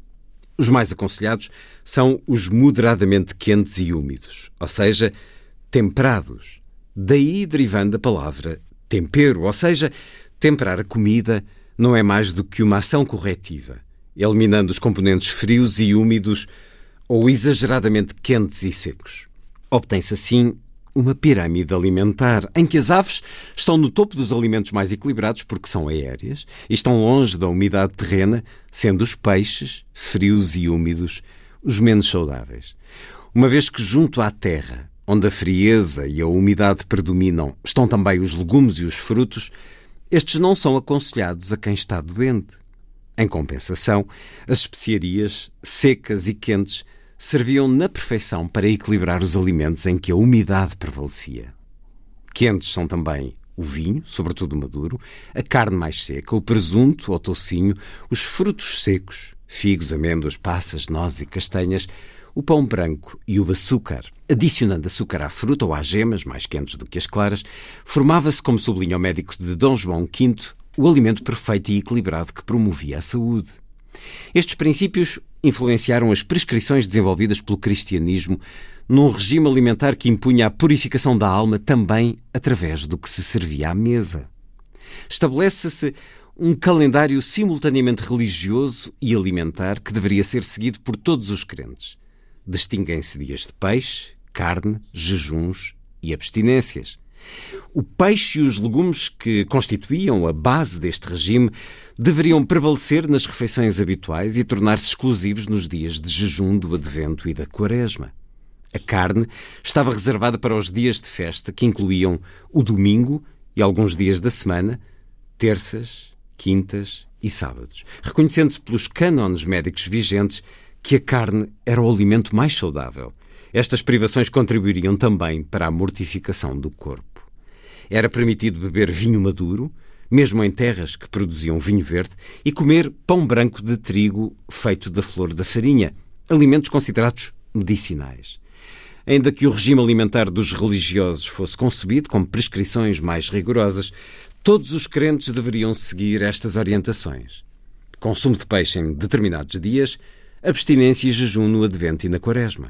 Os mais aconselhados são os moderadamente quentes e úmidos, ou seja, temperados. Daí derivando a palavra tempero, ou seja, temperar a comida não é mais do que uma ação corretiva, eliminando os componentes frios e úmidos ou exageradamente quentes e secos. Obtém-se assim uma pirâmide alimentar, em que as aves estão no topo dos alimentos mais equilibrados porque são aéreas e estão longe da umidade terrena, sendo os peixes, frios e úmidos, os menos saudáveis. Uma vez que junto à terra, onde a frieza e a umidade predominam, estão também os legumes e os frutos, estes não são aconselhados a quem está doente. Em compensação, as especiarias, secas e quentes, serviam na perfeição para equilibrar os alimentos em que a umidade prevalecia. Quentes são também o vinho, sobretudo maduro, a carne mais seca, o presunto ou toucinho, os frutos secos, figos, amêndoas, passas, nozes e castanhas, o pão branco e o açúcar. Adicionando açúcar à fruta ou às gemas, mais quentes do que as claras, formava-se, como sublinha o médico de Dom João quinto, o alimento perfeito e equilibrado que promovia a saúde. Estes princípios influenciaram as prescrições desenvolvidas pelo cristianismo num regime alimentar que impunha a purificação da alma também através do que se servia à mesa. Estabelece-se um calendário simultaneamente religioso e alimentar que deveria ser seguido por todos os crentes. Distinguem-se dias de peixe, carne, jejuns e abstinências. O peixe e os legumes que constituíam a base deste regime deveriam prevalecer nas refeições habituais e tornar-se exclusivos nos dias de jejum do Advento e da Quaresma. A carne estava reservada para os dias de festa, que incluíam o domingo e alguns dias da semana, terças, quintas e sábados, reconhecendo-se pelos cânones médicos vigentes que a carne era o alimento mais saudável. Estas privações contribuiriam também para a mortificação do corpo. Era permitido beber vinho maduro, mesmo em terras que produziam vinho verde, e comer pão branco de trigo feito da flor da farinha, alimentos considerados medicinais. Ainda que o regime alimentar dos religiosos fosse concebido com prescrições mais rigorosas, todos os crentes deveriam seguir estas orientações. Consumo de peixe em determinados dias, abstinência e jejum no Advento e na Quaresma.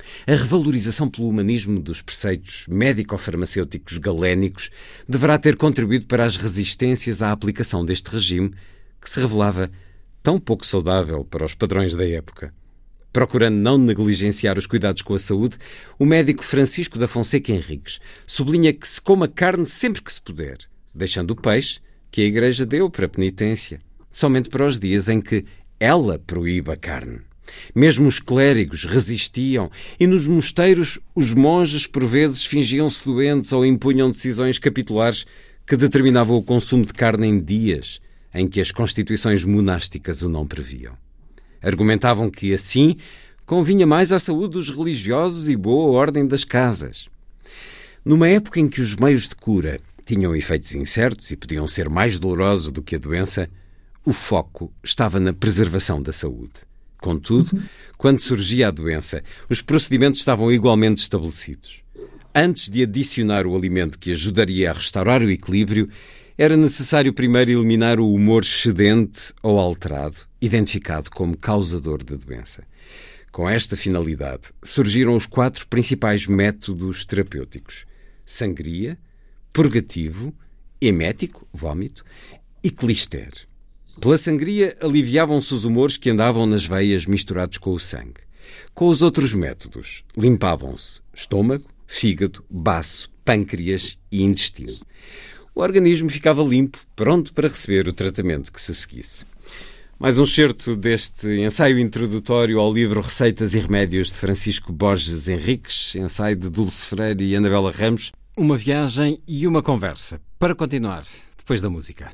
A revalorização pelo humanismo dos preceitos médico-farmacêuticos galénicos deverá ter contribuído para as resistências à aplicação deste regime, que se revelava tão pouco saudável para os padrões da época. Procurando não negligenciar os cuidados com a saúde, o médico Francisco da Fonseca Henriques sublinha que se coma carne sempre que se puder, deixando o peixe, que a Igreja deu para penitência, somente para os dias em que ela proíbe a carne. Mesmo os clérigos resistiam e nos mosteiros os monges por vezes fingiam-se doentes ou impunham decisões capitulares que determinavam o consumo de carne em dias em que as constituições monásticas o não previam. Argumentavam que, assim, convinha mais à saúde dos religiosos e boa ordem das casas. Numa época em que os meios de cura tinham efeitos incertos e podiam ser mais dolorosos do que a doença, o foco estava na preservação da saúde. Contudo, quando surgia a doença, os procedimentos estavam igualmente estabelecidos. Antes de adicionar o alimento que ajudaria a restaurar o equilíbrio, era necessário primeiro eliminar o humor excedente ou alterado, identificado como causador da doença. Com esta finalidade, surgiram os quatro principais métodos terapêuticos: sangria, purgativo, emético, vômito, e clister. Pela sangria, aliviavam-se os humores que andavam nas veias misturados com o sangue. Com os outros métodos, limpavam-se estômago, fígado, baço, pâncreas e intestino. O organismo ficava limpo, pronto para receber o tratamento que se seguisse. Mais um excerto deste ensaio introdutório ao livro Receitas e Remédios de Francisco Borges Henriques, ensaio de Dulce Freire e Anabela Ramos. Uma viagem e uma conversa, para continuar depois da música.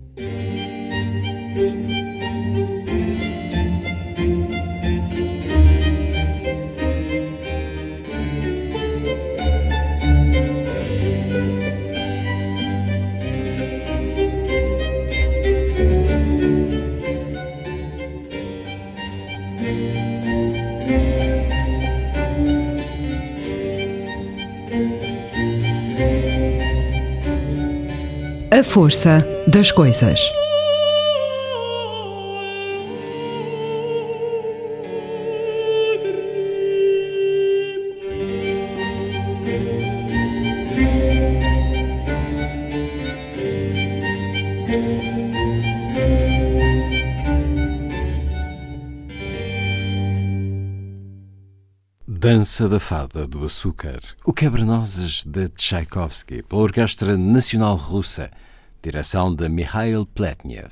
A força das coisas. Dança da Fada do Açúcar, o Quebra-Nozes de Tchaikovsky, pela Orquestra Nacional Russa, direção de Mikhail Pletnev.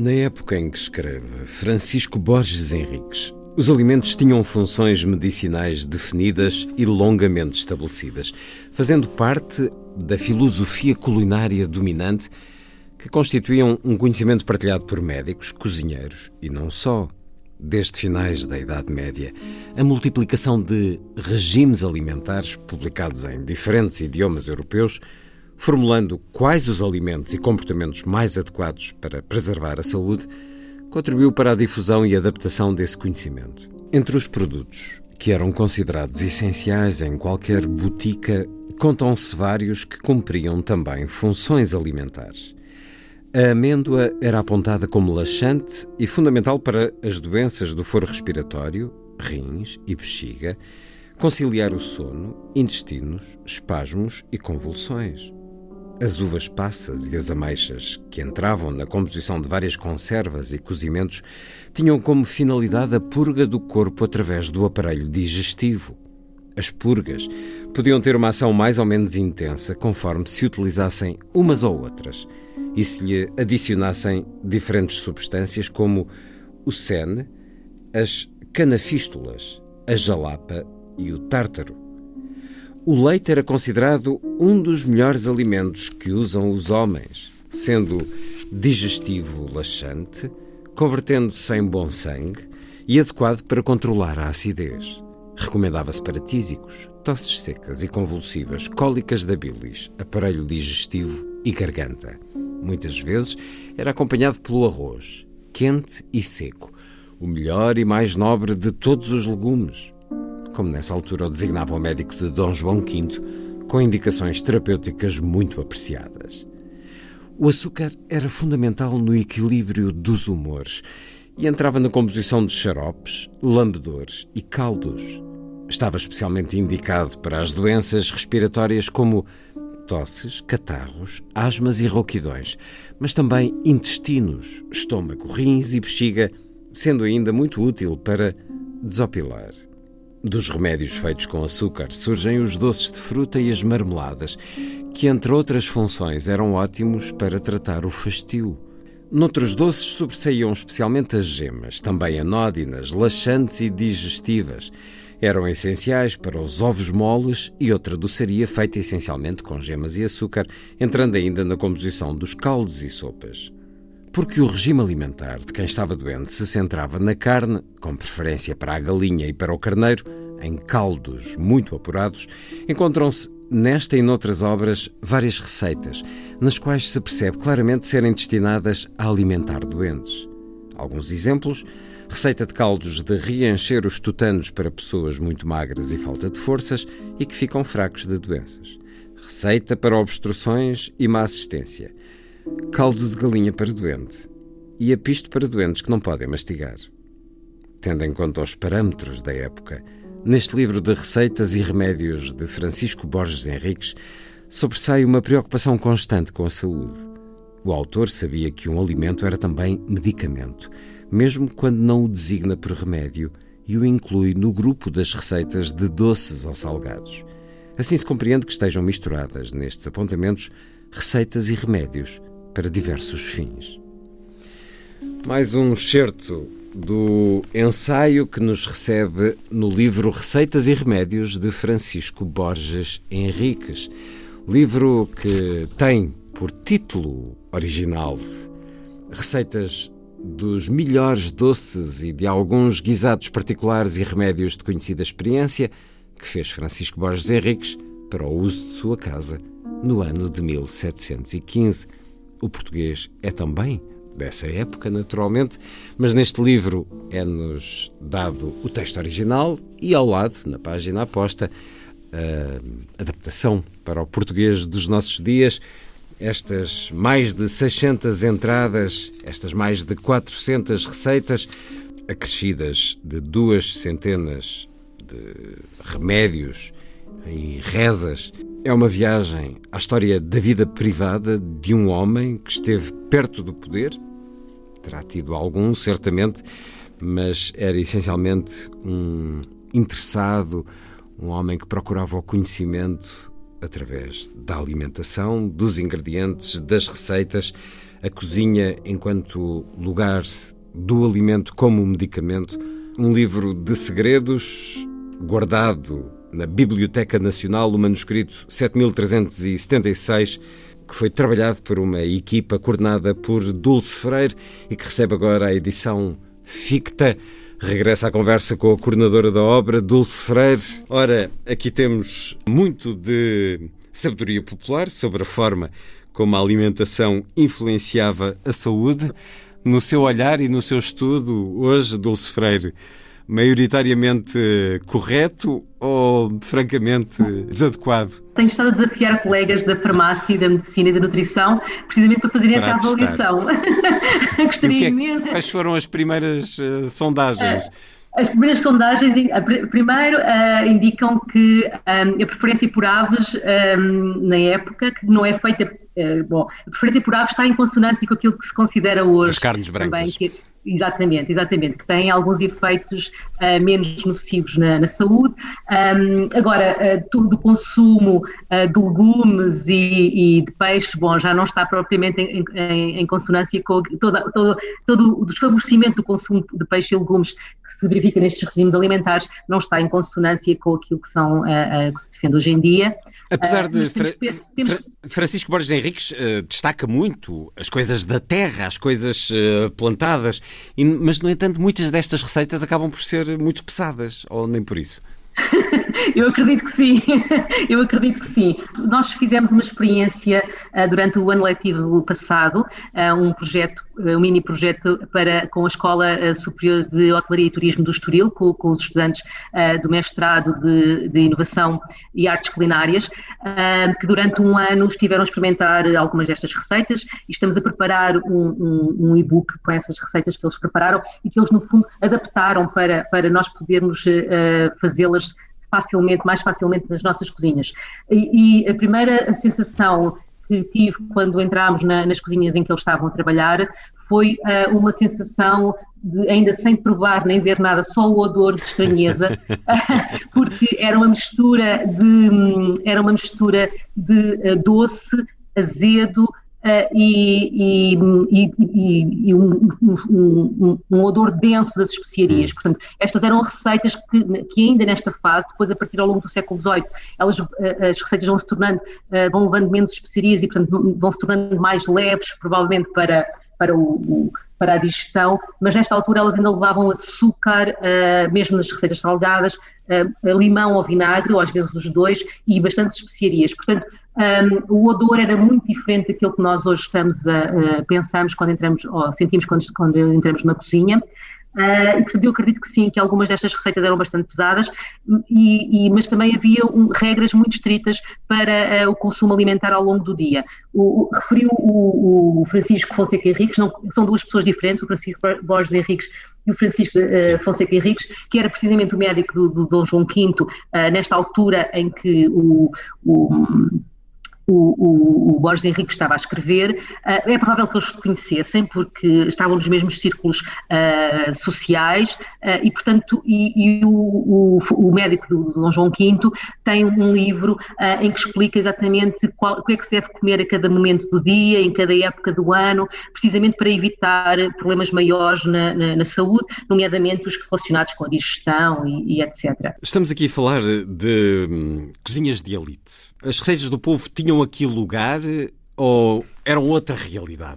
Na época em que escreve Francisco Borges Henriques, os alimentos tinham funções medicinais definidas e longamente estabelecidas, fazendo parte da filosofia culinária dominante que constituíam um conhecimento partilhado por médicos, cozinheiros e não só. Desde finais da Idade Média, a multiplicação de regimes alimentares publicados em diferentes idiomas europeus, formulando quais os alimentos e comportamentos mais adequados para preservar a saúde, contribuiu para a difusão e adaptação desse conhecimento. Entre os produtos que eram considerados essenciais em qualquer botica, contam-se vários que cumpriam também funções alimentares. A amêndoa era apontada como laxante e fundamental para as doenças do foro respiratório, rins e bexiga, conciliar o sono, intestinos, espasmos e convulsões. As uvas passas e as ameixas, que entravam na composição de várias conservas e cozimentos, tinham como finalidade a purga do corpo através do aparelho digestivo. As purgas podiam ter uma ação mais ou menos intensa conforme se utilizassem umas ou outras e se lhe adicionassem diferentes substâncias como o sene, as canafístulas, a jalapa e o tártaro. O leite era considerado um dos melhores alimentos que usam os homens, sendo digestivo laxante, convertendo-se em bom sangue e adequado para controlar a acidez. Recomendava-se para tísicos, tosses secas e convulsivas, cólicas da bilis, aparelho digestivo e garganta. Muitas vezes era acompanhado pelo arroz, quente e seco, o melhor e mais nobre de todos os legumes, como nessa altura o designava o médico de Dom João quinto, com indicações terapêuticas muito apreciadas. O açúcar era fundamental no equilíbrio dos humores e entrava na composição de xaropes, lambedores e caldos. Estava especialmente indicado para as doenças respiratórias como tosses, catarros, asmas e rouquidões, mas também intestinos, estômago, rins e bexiga, sendo ainda muito útil para desopilar. Dos remédios feitos com açúcar surgem os doces de fruta e as marmeladas, que, entre outras funções, eram ótimos para tratar o fastio. Noutros doces sobressaíam especialmente as gemas, também anódinas, laxantes e digestivas. Eram essenciais para os ovos moles e outra doçaria feita essencialmente com gemas e açúcar, entrando ainda na composição dos caldos e sopas. Porque o regime alimentar de quem estava doente se centrava na carne, com preferência para a galinha e para o carneiro, em caldos muito apurados, encontram-se nesta e noutras obras várias receitas, nas quais se percebe claramente serem destinadas a alimentar doentes. Alguns exemplos: receita de caldos de reencher os tutanos para pessoas muito magras e falta de forças e que ficam fracos de doenças. Receita para obstruções e má assistência. Caldo de galinha para doente e apisto para doentes que não podem mastigar. Tendo em conta os parâmetros da época, neste livro de receitas e remédios de Francisco Borges Henriques, sobressai uma preocupação constante com a saúde. O autor sabia que um alimento era também medicamento, mesmo quando não o designa por remédio e o inclui no grupo das receitas de doces ou salgados. Assim se compreende que estejam misturadas nestes apontamentos receitas e remédios para diversos fins. Mais um excerto do ensaio que nos recebe no livro Receitas e Remédios de Francisco Borges Henriques. Livro que tem por título original Receitas dos melhores doces e de alguns guisados particulares e remédios de conhecida experiência que fez Francisco Borges Henriques para o uso de sua casa no ano de mil setecentos e quinze. O português é também dessa época, naturalmente, mas neste livro é-nos dado o texto original e ao lado, na página aposta, a adaptação para o português dos nossos dias. Estas mais de seiscentas entradas, estas mais de quatrocentas receitas, acrescidas de duas centenas de remédios e rezas. É uma viagem à história da vida privada de um homem que esteve perto do poder. Terá tido algum, certamente, mas era essencialmente um interessado, um homem que procurava o conhecimento através da alimentação, dos ingredientes, das receitas, a cozinha enquanto lugar do alimento como medicamento. Um livro de segredos guardado na Biblioteca Nacional, o manuscrito sete mil trezentos e setenta e seis, que foi trabalhado por uma equipa coordenada por Dulce Freire e que recebe agora a edição ficta. Regressa à conversa com a coordenadora da obra, Dulce Freire. Ora, aqui temos muito de sabedoria popular sobre a forma como a alimentação influenciava a saúde. No seu olhar e no seu estudo, hoje, Dulce Freire, maioritariamente correto ou francamente desadequado? Tenho estado a desafiar colegas da farmácia, da medicina e da nutrição precisamente para fazerem essa avaliação. Gostaria que é, imenso. Quais foram as primeiras uh, sondagens? As primeiras sondagens, primeiro, uh, indicam que um, a preferência por aves, um, na época, que não é feita... Uh, bom, a preferência por aves está em consonância com aquilo que se considera hoje. As carnes brancas. Também, que, exatamente, exatamente, que têm alguns efeitos uh, menos nocivos na, na saúde. Um, agora, uh, todo o consumo uh, de legumes e, e de peixe, bom, já não está propriamente em, em, em consonância com toda, todo, todo o desfavorecimento do consumo de peixe e legumes que se verifica nestes regimes alimentares, não está em consonância com aquilo que, são, uh, uh, que se defende hoje em dia. Apesar de uh, Fra temos... Fra Francisco Borges Henriques uh, destaca muito as coisas da terra, as coisas uh, plantadas, e, mas, no entanto, muitas destas receitas acabam por ser muito pesadas, ou nem por isso? Eu acredito que sim, eu acredito que sim. Nós fizemos uma experiência uh, durante o ano letivo passado, uh, um projeto, uh, um mini projeto para, com a Escola uh, Superior de Hotelaria e Turismo do Estoril, com, com os estudantes uh, do mestrado de, de Inovação e Artes Culinárias, uh, que durante um ano estiveram a experimentar algumas destas receitas e estamos a preparar um, um, um e-book com essas receitas que eles prepararam e que eles, no fundo, adaptaram para, para nós podermos uh, fazê-las facilmente, mais facilmente nas nossas cozinhas. E, e a primeira sensação que tive quando entrámos na, nas cozinhas em que eles estavam a trabalhar foi uh, uma sensação de, ainda sem provar nem ver nada, só o odor de estranheza, porque era uma mistura de, era uma mistura de uh, doce, azedo, Uh, e, e, e, e um, um, um, um odor denso das especiarias. Portanto, estas eram receitas que, que ainda nesta fase, depois a partir ao longo do século dezoito, elas, uh, as receitas vão se tornando, uh, vão levando menos especiarias e, portanto, vão se tornando mais leves, provavelmente, para, para, o, o, para a digestão, mas nesta altura elas ainda levavam açúcar, uh, mesmo nas receitas salgadas, uh, limão ou vinagre, ou às vezes os dois, e bastantes especiarias. Portanto, Um, o odor era muito diferente daquilo que nós hoje estamos a, a pensamos quando entramos, ou sentimos quando, quando entramos na cozinha. Uh, e, portanto, eu acredito que sim, que algumas destas receitas eram bastante pesadas, e, e, mas também havia um, regras muito estritas para uh, o consumo alimentar ao longo do dia. O, o, referiu o, o Francisco Fonseca Henriques, não, são duas pessoas diferentes, o Francisco Borges Henriques e o Francisco uh, Fonseca Henriques, que era precisamente o médico do, do Dom João quinto, uh, nesta altura em que o... o O, o, o Borges Henriques estava a escrever. Uh, é provável que eles se conhecessem porque estavam nos mesmos círculos uh, sociais uh, e, portanto, e, e o, o, o médico do, do Dom João quinto tem um livro uh, em que explica exatamente qual, o que é que se deve comer a cada momento do dia, em cada época do ano, precisamente para evitar problemas maiores na, na, na saúde, nomeadamente os relacionados com a digestão e, e etcétera. Estamos aqui a falar de hum, cozinhas de elite. As receitas do povo tinham aqui lugar ou eram outra realidade?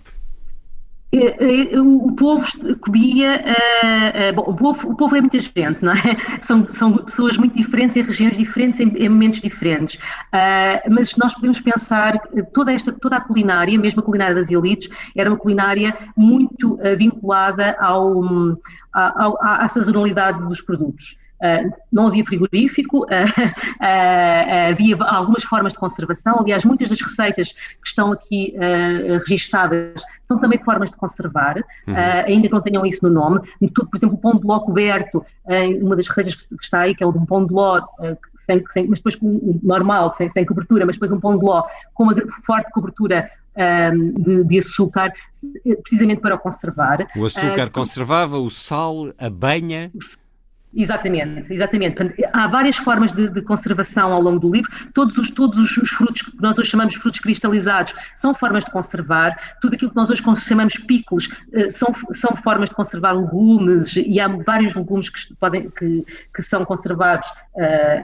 O povo comia, uh, uh, bom, o povo, o povo é muita gente, não é? São, são pessoas muito diferentes, em regiões diferentes, em, em momentos diferentes, uh, mas nós podemos pensar que toda, esta, toda a culinária, mesmo a culinária das elites, era uma culinária muito uh, vinculada ao, ao, à, à sazonalidade dos produtos. Uh, não havia frigorífico, uh, uh, havia algumas formas de conservação. Aliás, muitas das receitas que estão aqui uh, registadas são também formas de conservar, uhum. uh, ainda que não tenham isso no nome. Tudo, por exemplo, o pão de ló coberto, uh, uma das receitas que está aí, que é o de um pão de ló, uh, sem, sem, mas depois com, normal, sem, sem cobertura, mas depois um pão de ló com uma forte cobertura um, de, de açúcar, precisamente para o conservar. O açúcar uh, conservava, o sal, a banha... Exatamente, exatamente. Portanto, há várias formas de, de conservação ao longo do livro. Todos os, todos os frutos que nós hoje chamamos de frutos cristalizados são formas de conservar. Tudo aquilo que nós hoje chamamos de pícolos são, são formas de conservar legumes, e há vários legumes que, podem, que, que são conservados uh,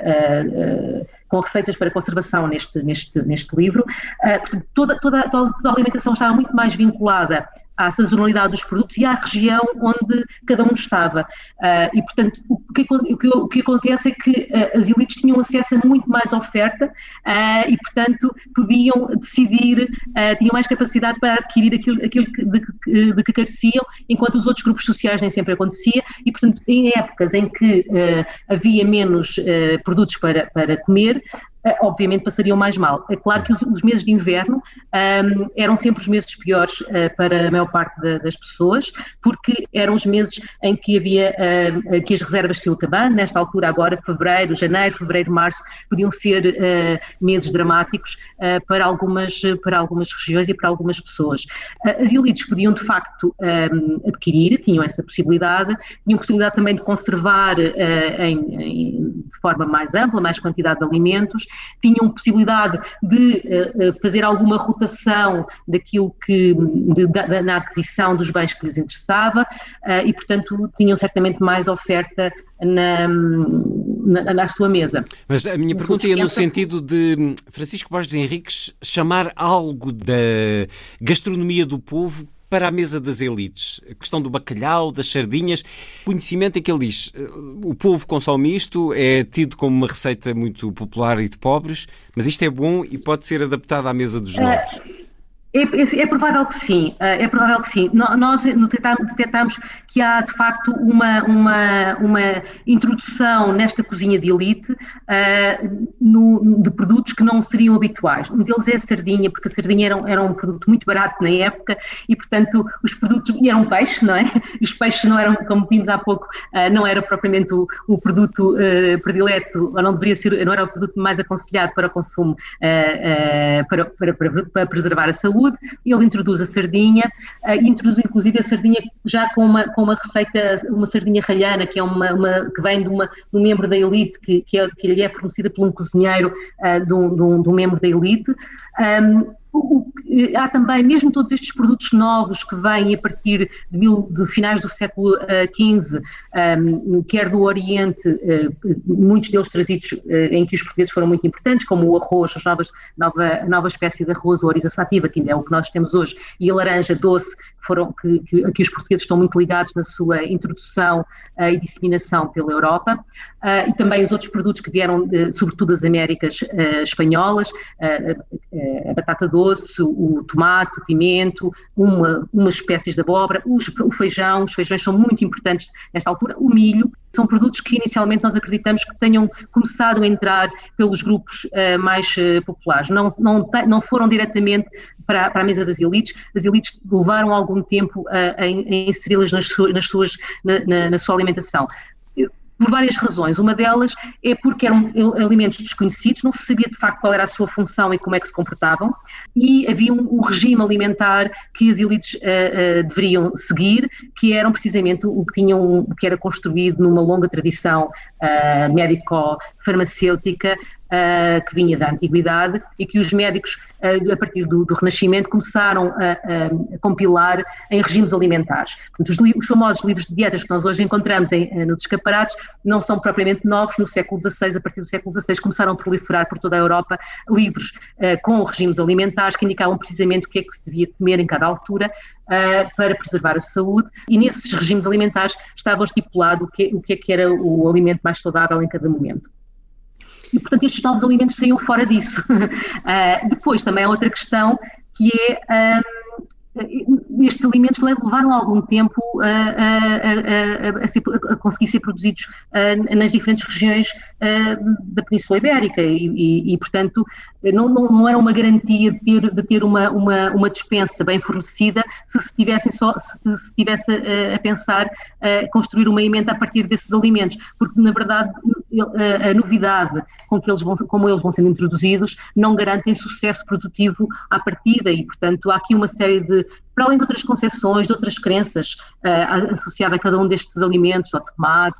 uh, uh, com receitas para conservação neste, neste, neste livro. Uh, toda, toda, toda a alimentação estava muito mais vinculada à sazonalidade dos produtos e à região onde cada um estava. Uh, e, portanto, o que, o, que, o que acontece é que uh, as elites tinham acesso a muito mais oferta uh, e, portanto, podiam decidir, uh, tinham mais capacidade para adquirir aquilo, aquilo que, de, de que careciam, enquanto os outros grupos sociais nem sempre acontecia. E, portanto, em épocas em que uh, havia menos uh, produtos para, para comer, obviamente passariam mais mal. É claro que os, os meses de inverno um, eram sempre os meses piores uh, para a maior parte de, das pessoas, porque eram os meses em que havia uh, que as reservas se iam acabando. Nesta altura agora, fevereiro, janeiro, fevereiro, março, podiam ser uh, meses dramáticos uh, para, algumas, para algumas regiões e para algumas pessoas. Uh, as elites podiam de facto um, adquirir, tinham essa possibilidade, tinham possibilidade também de conservar uh, em, em, de forma mais ampla, mais quantidade de alimentos, tinham possibilidade de uh, fazer alguma rotação daquilo que, de, de, na aquisição dos bens que lhes interessava uh, e, portanto, tinham certamente mais oferta na, na, na sua mesa. Mas a minha pergunta ia no sentido de Francisco Borges Henriques chamar algo da gastronomia do povo para a mesa das elites. A questão do bacalhau, das sardinhas, conhecimento é que ele diz, o povo consome isto, é tido como uma receita muito popular e de pobres, mas isto é bom e pode ser adaptado à mesa dos nobres. É, é, é provável que sim, é provável que sim. Nós detectamos que há, de facto, uma, uma, uma introdução nesta cozinha de elite uh, no, de produtos que não seriam habituais. Um deles é a sardinha, porque a sardinha era, era um produto muito barato na época e, portanto, os produtos, e era um peixe, não é? Os peixes não eram, como vimos há pouco, uh, não era propriamente o, o produto uh, predileto, ou não deveria ser, não era o produto mais aconselhado para o consumo, uh, uh, para, para, para, para preservar a saúde. Ele introduz a sardinha, uh, introduz inclusive a sardinha já com uma, com uma receita, uma sardinha ralhana, que, é uma, uma, que vem de, uma, de um membro da elite, que, que, é, que lhe é fornecida por um cozinheiro uh, de, um, de, um, de um membro da elite. Um, O, o, há também, mesmo todos estes produtos novos que vêm a partir de, mil, de finais do século quinze, um, quer do Oriente, uh, muitos deles trazidos uh, em que os portugueses foram muito importantes, como o arroz, as novas, nova, a nova espécie de arroz, o oriza sativa, que ainda é o que nós temos hoje, e a laranja doce, que, foram, que, que, que os portugueses estão muito ligados na sua introdução uh, e disseminação pela Europa, uh, e também os outros produtos que vieram, uh, sobretudo das Américas uh, espanholas, uh, uh, a batata doce, o tomate, o pimento, uma, umas espécies de abóbora, os, o feijão, os feijões são muito importantes nesta altura, o milho, são produtos que inicialmente nós acreditamos que tenham começado a entrar pelos grupos uh, mais uh, populares, não, não, não foram diretamente para, para a mesa das elites, as elites levaram algum tempo a, a, a inseri-las nas suas, nas suas, na, na, na sua alimentação. Por várias razões. Uma delas é porque eram alimentos desconhecidos, não se sabia de facto qual era a sua função e como é que se comportavam, e havia um, um regime alimentar que as elites uh, uh, deveriam seguir, que eram precisamente o que tinham, que era construído numa longa tradição uh, médico-farmacêutica, Uh, que vinha da Antiguidade e que os médicos, uh, a partir do, do Renascimento, começaram a, a, a compilar em regimes alimentares. Portanto, os, li- os famosos livros de dietas que nós hoje encontramos em, uh, nos escaparates não são propriamente novos. No século dezasseis, a partir do século dezasseis, começaram a proliferar por toda a Europa livros uh, com regimes alimentares que indicavam precisamente o que é que se devia comer em cada altura uh, para preservar a saúde, e nesses regimes alimentares estava estipulado o que, o que é que era o alimento mais saudável em cada momento. E, portanto, estes novos alimentos saíam fora disso. Uh, depois, também há outra questão, que é, um, estes alimentos levaram algum tempo a, a, a, a, ser, a conseguir ser produzidos uh, nas diferentes regiões uh, da Península Ibérica e, e, e portanto, não, não, não era uma garantia de ter, de ter uma, uma, uma despensa bem fornecida se se tivesse, só, se, se tivesse a, a pensar a construir uma emenda a partir desses alimentos, porque, na verdade, a, a novidade com que eles vão, como eles vão sendo introduzidos não garantem sucesso produtivo à partida e, portanto, há aqui uma série de, para além de outras concepções, de outras crenças uh, associadas a cada um destes alimentos, ao tomate,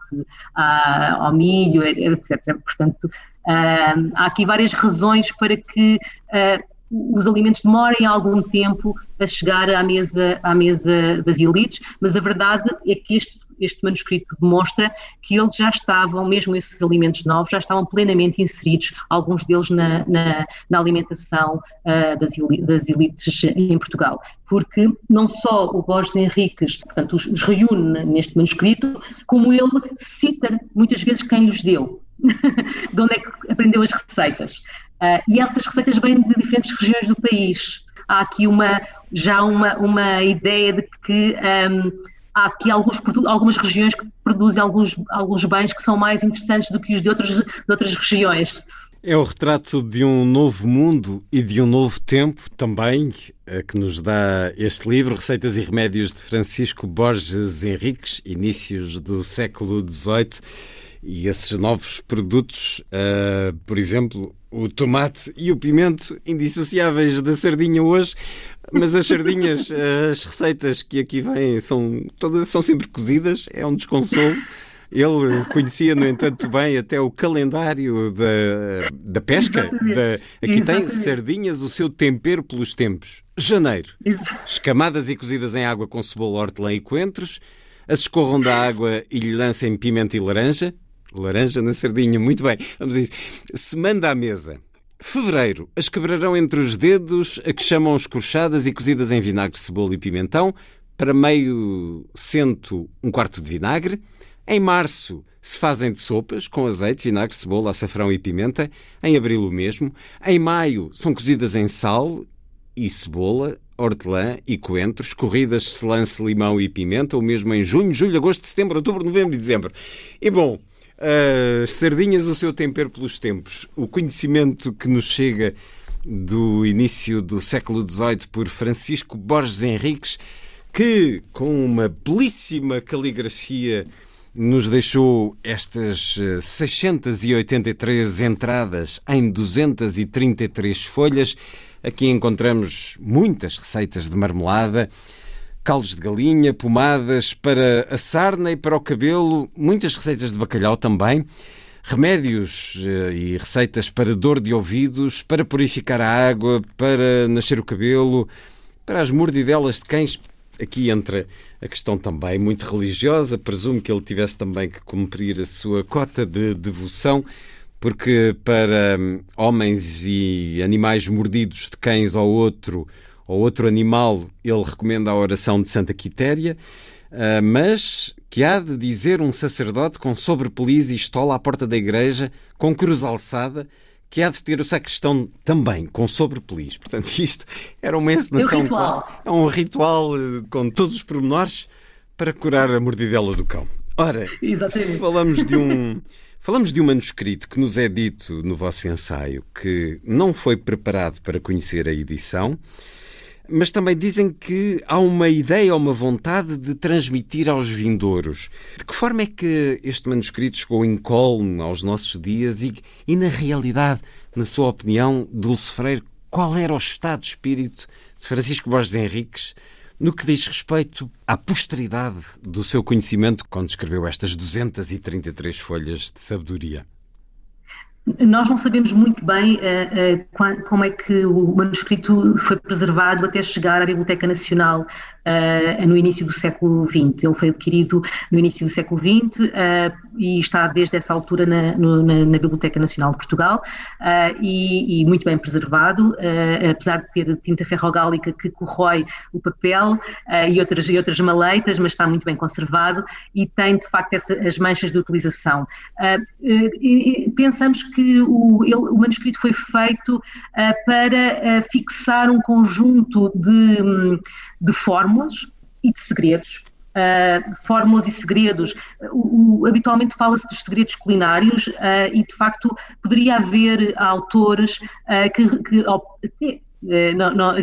uh, ao milho, etcétera. Portanto, uh, há aqui várias razões para que uh, os alimentos demorem algum tempo a chegar à mesa, à mesa das elites, mas a verdade é que este Este manuscrito demonstra que eles já estavam, mesmo esses alimentos novos, já estavam plenamente inseridos, alguns deles na, na, na alimentação uh, das, das elites em Portugal. Porque não só o Borges Henriques, portanto, os, os reúne neste manuscrito, como ele cita muitas vezes quem lhes deu, de onde é que aprendeu as receitas. Uh, e essas receitas vêm de diferentes regiões do país. Há aqui uma, já uma, uma ideia de que um, há aqui alguns, algumas regiões que produzem alguns, alguns bens que são mais interessantes do que os de outras, de outras regiões. É o retrato de um novo mundo e de um novo tempo também, que nos dá este livro, Receitas e Remédios de Francisco Borges Henriques, inícios do século dezoito, e esses novos produtos, uh, por exemplo, o tomate e o pimento, indissociáveis da sardinha hoje, mas as sardinhas, as receitas que aqui vêm são, todas são sempre cozidas, é um desconsolo. Ele conhecia, no entanto, bem até o calendário da, da pesca. Da, aqui Exatamente. Tem sardinhas, o seu tempero pelos tempos. Janeiro, escamadas e cozidas em água com cebola, hortelã e coentros. As escorram da água e lhe lancem pimenta e laranja. Laranja na sardinha, muito bem. Vamos a isso. Se manda à mesa. Fevereiro, as quebrarão entre os dedos, a que chamam escorchadas e cozidas em vinagre, cebola e pimentão. Para meio cento, um quarto de vinagre. Em março, se fazem de sopas, com azeite, vinagre, cebola, açafrão e pimenta. Em abril, o mesmo. Em maio, são cozidas em sal e cebola, hortelã e coentro, escorridas, selance, limão e pimenta, ou mesmo em junho, julho, agosto, setembro, outubro, novembro e dezembro. E bom, as sardinhas, o seu tempero pelos tempos. O conhecimento que nos chega do início do século dezoito por Francisco Borges Henriques, que, com uma belíssima caligrafia, nos deixou estas seiscentas e oitenta e três entradas em duzentas e trinta e três folhas. Aqui encontramos muitas receitas de marmelada, caldos de galinha, pomadas para a sarna e para o cabelo, muitas receitas de bacalhau também, remédios e receitas para dor de ouvidos, para purificar a água, para nascer o cabelo, para as mordidelas de cães. Aqui entra a questão também muito religiosa, presumo que ele tivesse também que cumprir a sua cota de devoção, porque para homens e animais mordidos de cães ou outro, ou outro animal, ele recomenda a oração de Santa Quitéria, mas que há de dizer um sacerdote com sobrepeliz e estola à porta da igreja, com cruz alçada, que há de ter o sacristão também, com sobrepeliz. Portanto, isto era uma encenação quase. É um ritual com todos os pormenores para curar a mordidela do cão. Ora, Exatamente. falamos de um... Falamos de um manuscrito que nos é dito no vosso ensaio que não foi preparado para conhecer a edição, mas também dizem que há uma ideia ou uma vontade de transmitir aos vindouros. De que forma é que este manuscrito chegou incólume aos nossos dias e, e, na realidade, na sua opinião, Dulce Freire, qual era o estado de espírito de Francisco Borges Henriques no que diz respeito à posteridade do seu conhecimento quando escreveu estas duzentas e trinta e três folhas de sabedoria? Nós não sabemos muito bem uh, uh, como é que o manuscrito foi preservado até chegar à Biblioteca Nacional uh, no início do século vinte. Ele foi adquirido no início do século vinte uh, e está desde essa altura na, no, na, na Biblioteca Nacional de Portugal uh, e, e muito bem preservado, uh, apesar de ter tinta ferrogálica que corrói o papel uh, e, outras, e outras maleitas, mas está muito bem conservado e tem de facto essa, as manchas de utilização. Uh, uh, e, pensamos que o, ele, o manuscrito foi feito uh, para uh, fixar um conjunto de, de fórmulas e de segredos. Uh, fórmulas e segredos. O, o, habitualmente fala-se dos segredos culinários uh, e, de facto, poderia haver autores uh, que, que até Não, não,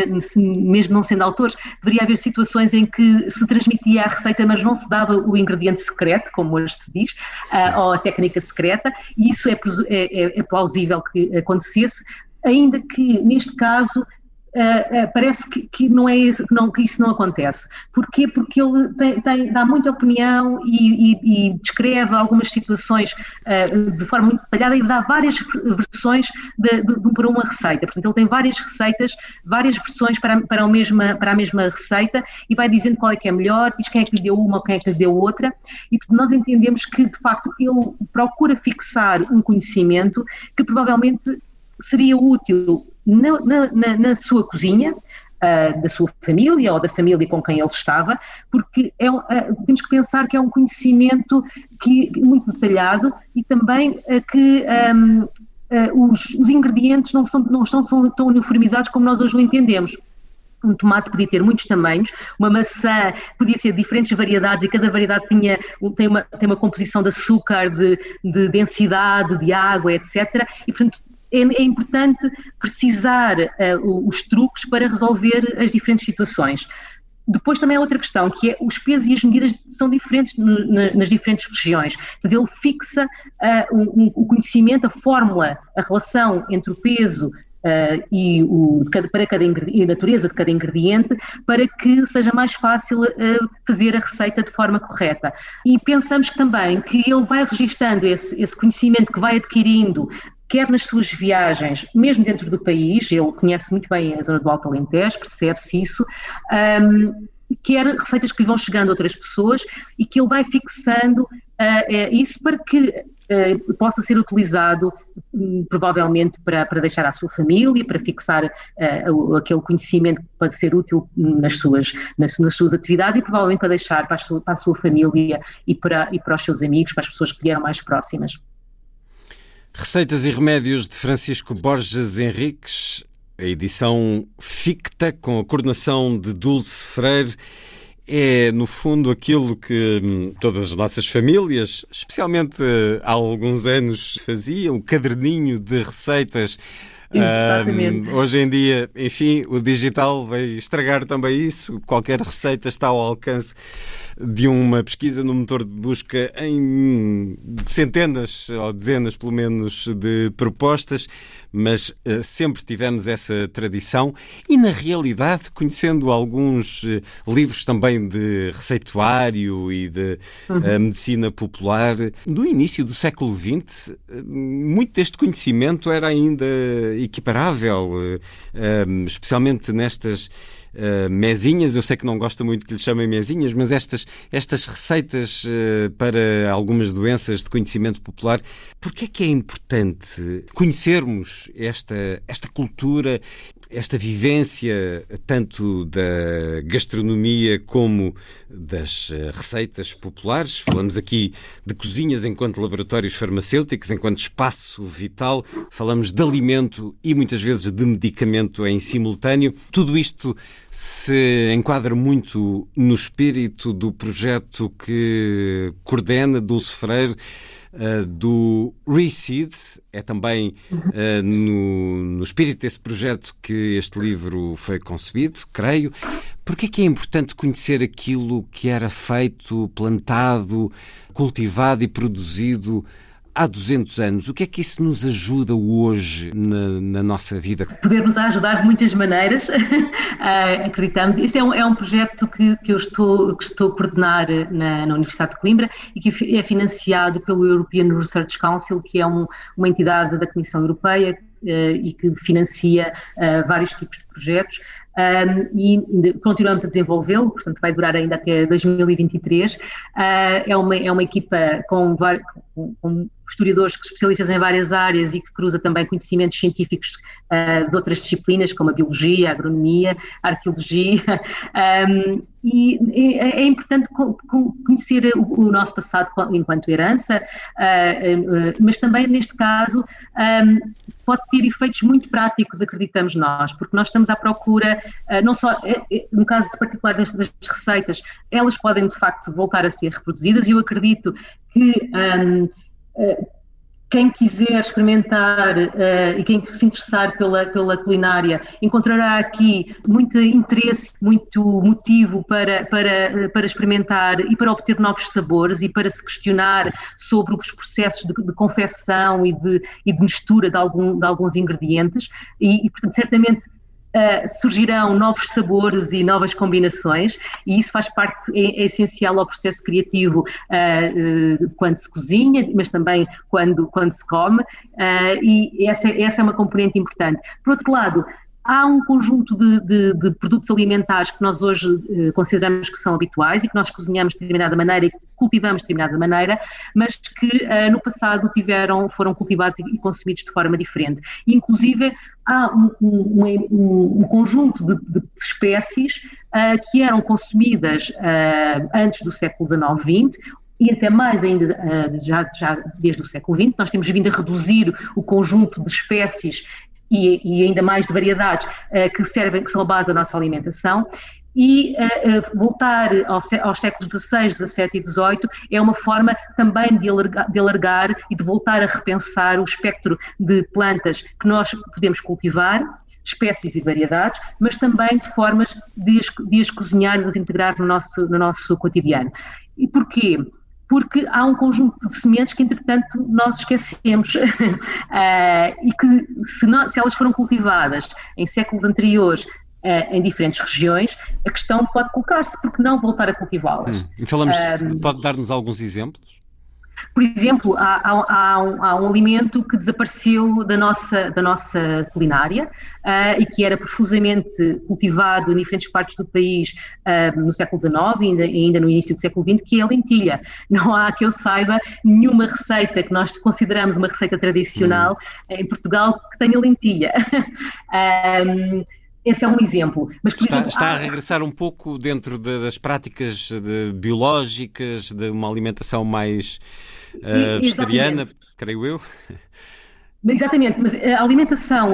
mesmo não sendo autores, deveria haver situações em que se transmitia a receita, mas não se dava o ingrediente secreto, como hoje se diz, ou a técnica secreta, e isso é, é, é plausível que acontecesse, ainda que neste caso Uh, uh, parece que, que, não é, não, que isso não acontece. Porquê? Porque ele tem, tem, dá muita opinião e, e, e descreve algumas situações uh, de forma muito detalhada e dá várias versões de, de, de, para uma receita. Portanto, ele tem várias receitas, várias versões para, para, a mesma, para a mesma receita e vai dizendo qual é que é melhor, diz quem é que lhe deu uma ou quem é que lhe deu outra, e portanto, nós entendemos que, de facto, ele procura fixar um conhecimento que provavelmente seria útil Na, na, na sua cozinha, uh, da sua família ou da família com quem ele estava, porque é, uh, temos que pensar que é um conhecimento que, muito detalhado e também uh, que um, uh, os, os ingredientes não são, não são, são tão uniformizados como nós hoje o entendemos. Um tomate podia ter muitos tamanhos, uma maçã podia ser de diferentes variedades e cada variedade tinha, tem, uma, tem uma composição de açúcar, de, de densidade, de água, etcétera. E, portanto, É, é importante precisar uh, os truques para resolver as diferentes situações. Depois também há outra questão, que é os pesos e as medidas são diferentes no, na, nas diferentes regiões. Ele fixa uh, um, um conhecimento, a fórmula, a relação entre o peso uh, e, o, de cada, para cada e a natureza de cada ingrediente, para que seja mais fácil uh, fazer a receita de forma correta. E pensamos também que ele vai registando esse, esse conhecimento que vai adquirindo, quer nas suas viagens, mesmo dentro do país, ele conhece muito bem a zona do Alto Alentejo, percebe-se isso, um, quer receitas que lhe vão chegando a outras pessoas e que ele vai fixando uh, uh, isso para que uh, possa ser utilizado um, provavelmente para, para deixar à sua família, para fixar uh, aquele conhecimento que pode ser útil nas suas, nas, nas suas atividades e provavelmente para deixar para a sua, para a sua família e para, e para os seus amigos, para as pessoas que lhe eram mais próximas. Receitas e Remédios de Francisco Borges Henriques, a edição ficta com a coordenação de Dulce Freire, é no fundo aquilo que todas as nossas famílias, especialmente há alguns anos, faziam, o caderninho de receitas. Um, hoje em dia, enfim, o digital vai estragar também isso. Qualquer receita está ao alcance de uma pesquisa no motor de busca em centenas ou dezenas, pelo menos, de propostas, mas uh, sempre tivemos essa tradição e, na realidade, conhecendo alguns uh, livros também de receituário e de uh, uhum. medicina popular, do início do século vinte, uh, muito deste conhecimento era ainda equiparável, uh, uh, especialmente nestas Uh, mesinhas. Eu sei que não gosta muito que lhe chamem mesinhas, mas estas, estas receitas uh, para algumas doenças de conhecimento popular, porque é que é importante conhecermos esta, esta cultura, esta vivência tanto da gastronomia como das receitas populares? Falamos aqui de cozinhas enquanto laboratórios farmacêuticos, enquanto espaço vital, falamos de alimento e muitas vezes de medicamento em simultâneo. Tudo isto se enquadra muito no espírito do projeto que coordena Dulce Freire, Uh, do Reseed. É também uh, no, no espírito desse projeto que este livro foi concebido, creio. Porque é que é importante conhecer aquilo que era feito, plantado, cultivado e produzido há duzentos anos? O que é que isso nos ajuda hoje na, na nossa vida? Poder-nos ajudar de muitas maneiras, uh, acreditamos. Este é um, é um projeto que, que eu estou, que estou a coordenar na, na Universidade de Coimbra e que é financiado pelo European Research Council, que é um, uma entidade da Comissão Europeia uh, e que financia uh, vários tipos de projetos. Um, e continuamos a desenvolvê-lo, portanto vai durar ainda até dois mil e vinte e três. Uh, é, uma, é uma equipa com, com, com historiadores especialistas em várias áreas e que cruza também conhecimentos científicos uh, de outras disciplinas, como a biologia, a agronomia, a arqueologia. Um, e é, é importante conhecer o, o nosso passado enquanto herança, uh, uh, mas também neste caso um, pode ter efeitos muito práticos, acreditamos nós, porque nós estamos à procura, uh, não só, no caso particular destas receitas, elas podem de facto voltar a ser reproduzidas e eu acredito que um, uh, Quem quiser experimentar uh, e quem se interessar pela, pela culinária encontrará aqui muito interesse, muito motivo para, para, para experimentar e para obter novos sabores e para se questionar sobre os processos de, de confecção e de, e de mistura de, algum, de alguns ingredientes e, e portanto, certamente Uh, surgirão novos sabores e novas combinações e isso faz parte, é, é essencial ao processo criativo uh, uh, quando se cozinha, mas também quando, quando se come uh, e essa, essa é uma componente importante. Por outro lado, há um conjunto de, de, de produtos alimentares que nós hoje uh, consideramos que são habituais e que nós cozinhamos de determinada maneira e que cultivamos de determinada maneira, mas que uh, no passado tiveram, foram cultivados e, e consumidos de forma diferente. E, inclusive, há um, um, um, um conjunto de, de espécies uh, que eram consumidas uh, antes do século dezenove, vinte, e até mais ainda, uh, já, já desde o século vinte, nós temos vindo a reduzir o conjunto de espécies E, e ainda mais de variedades uh, que servem, que são a base da nossa alimentação, e uh, uh, voltar ao, aos séculos dezasseis, dezassete e dezoito é uma forma também de alargar, de alargar e de voltar a repensar o espectro de plantas que nós podemos cultivar, espécies e variedades, mas também de formas de as, de as cozinhar e de as integrar no nosso, no nosso cotidiano. E porquê? Porque há um conjunto de sementes que, entretanto, nós esquecemos uh, e que, se, não, se elas foram cultivadas em séculos anteriores uh, em diferentes regiões, a questão pode colocar-se, porque não voltar a cultivá-las? Hum. E falamos, uh, pode dar-nos alguns exemplos? Por exemplo, há, há, há, um, há um alimento que desapareceu da nossa, da nossa culinária uh, e que era profusamente cultivado em diferentes partes do país uh, no século dezenove e ainda, ainda no início do século vinte, que é a lentilha. Não há, que eu saiba, nenhuma receita que nós consideramos uma receita tradicional hum. em Portugal que tenha lentilha. um, Esse é um exemplo. Mas, por está, exemplo, está há... a regressar um pouco dentro de, das práticas de, biológicas, de uma alimentação mais uh, vegetariana, creio eu. Exatamente, mas a alimentação, a,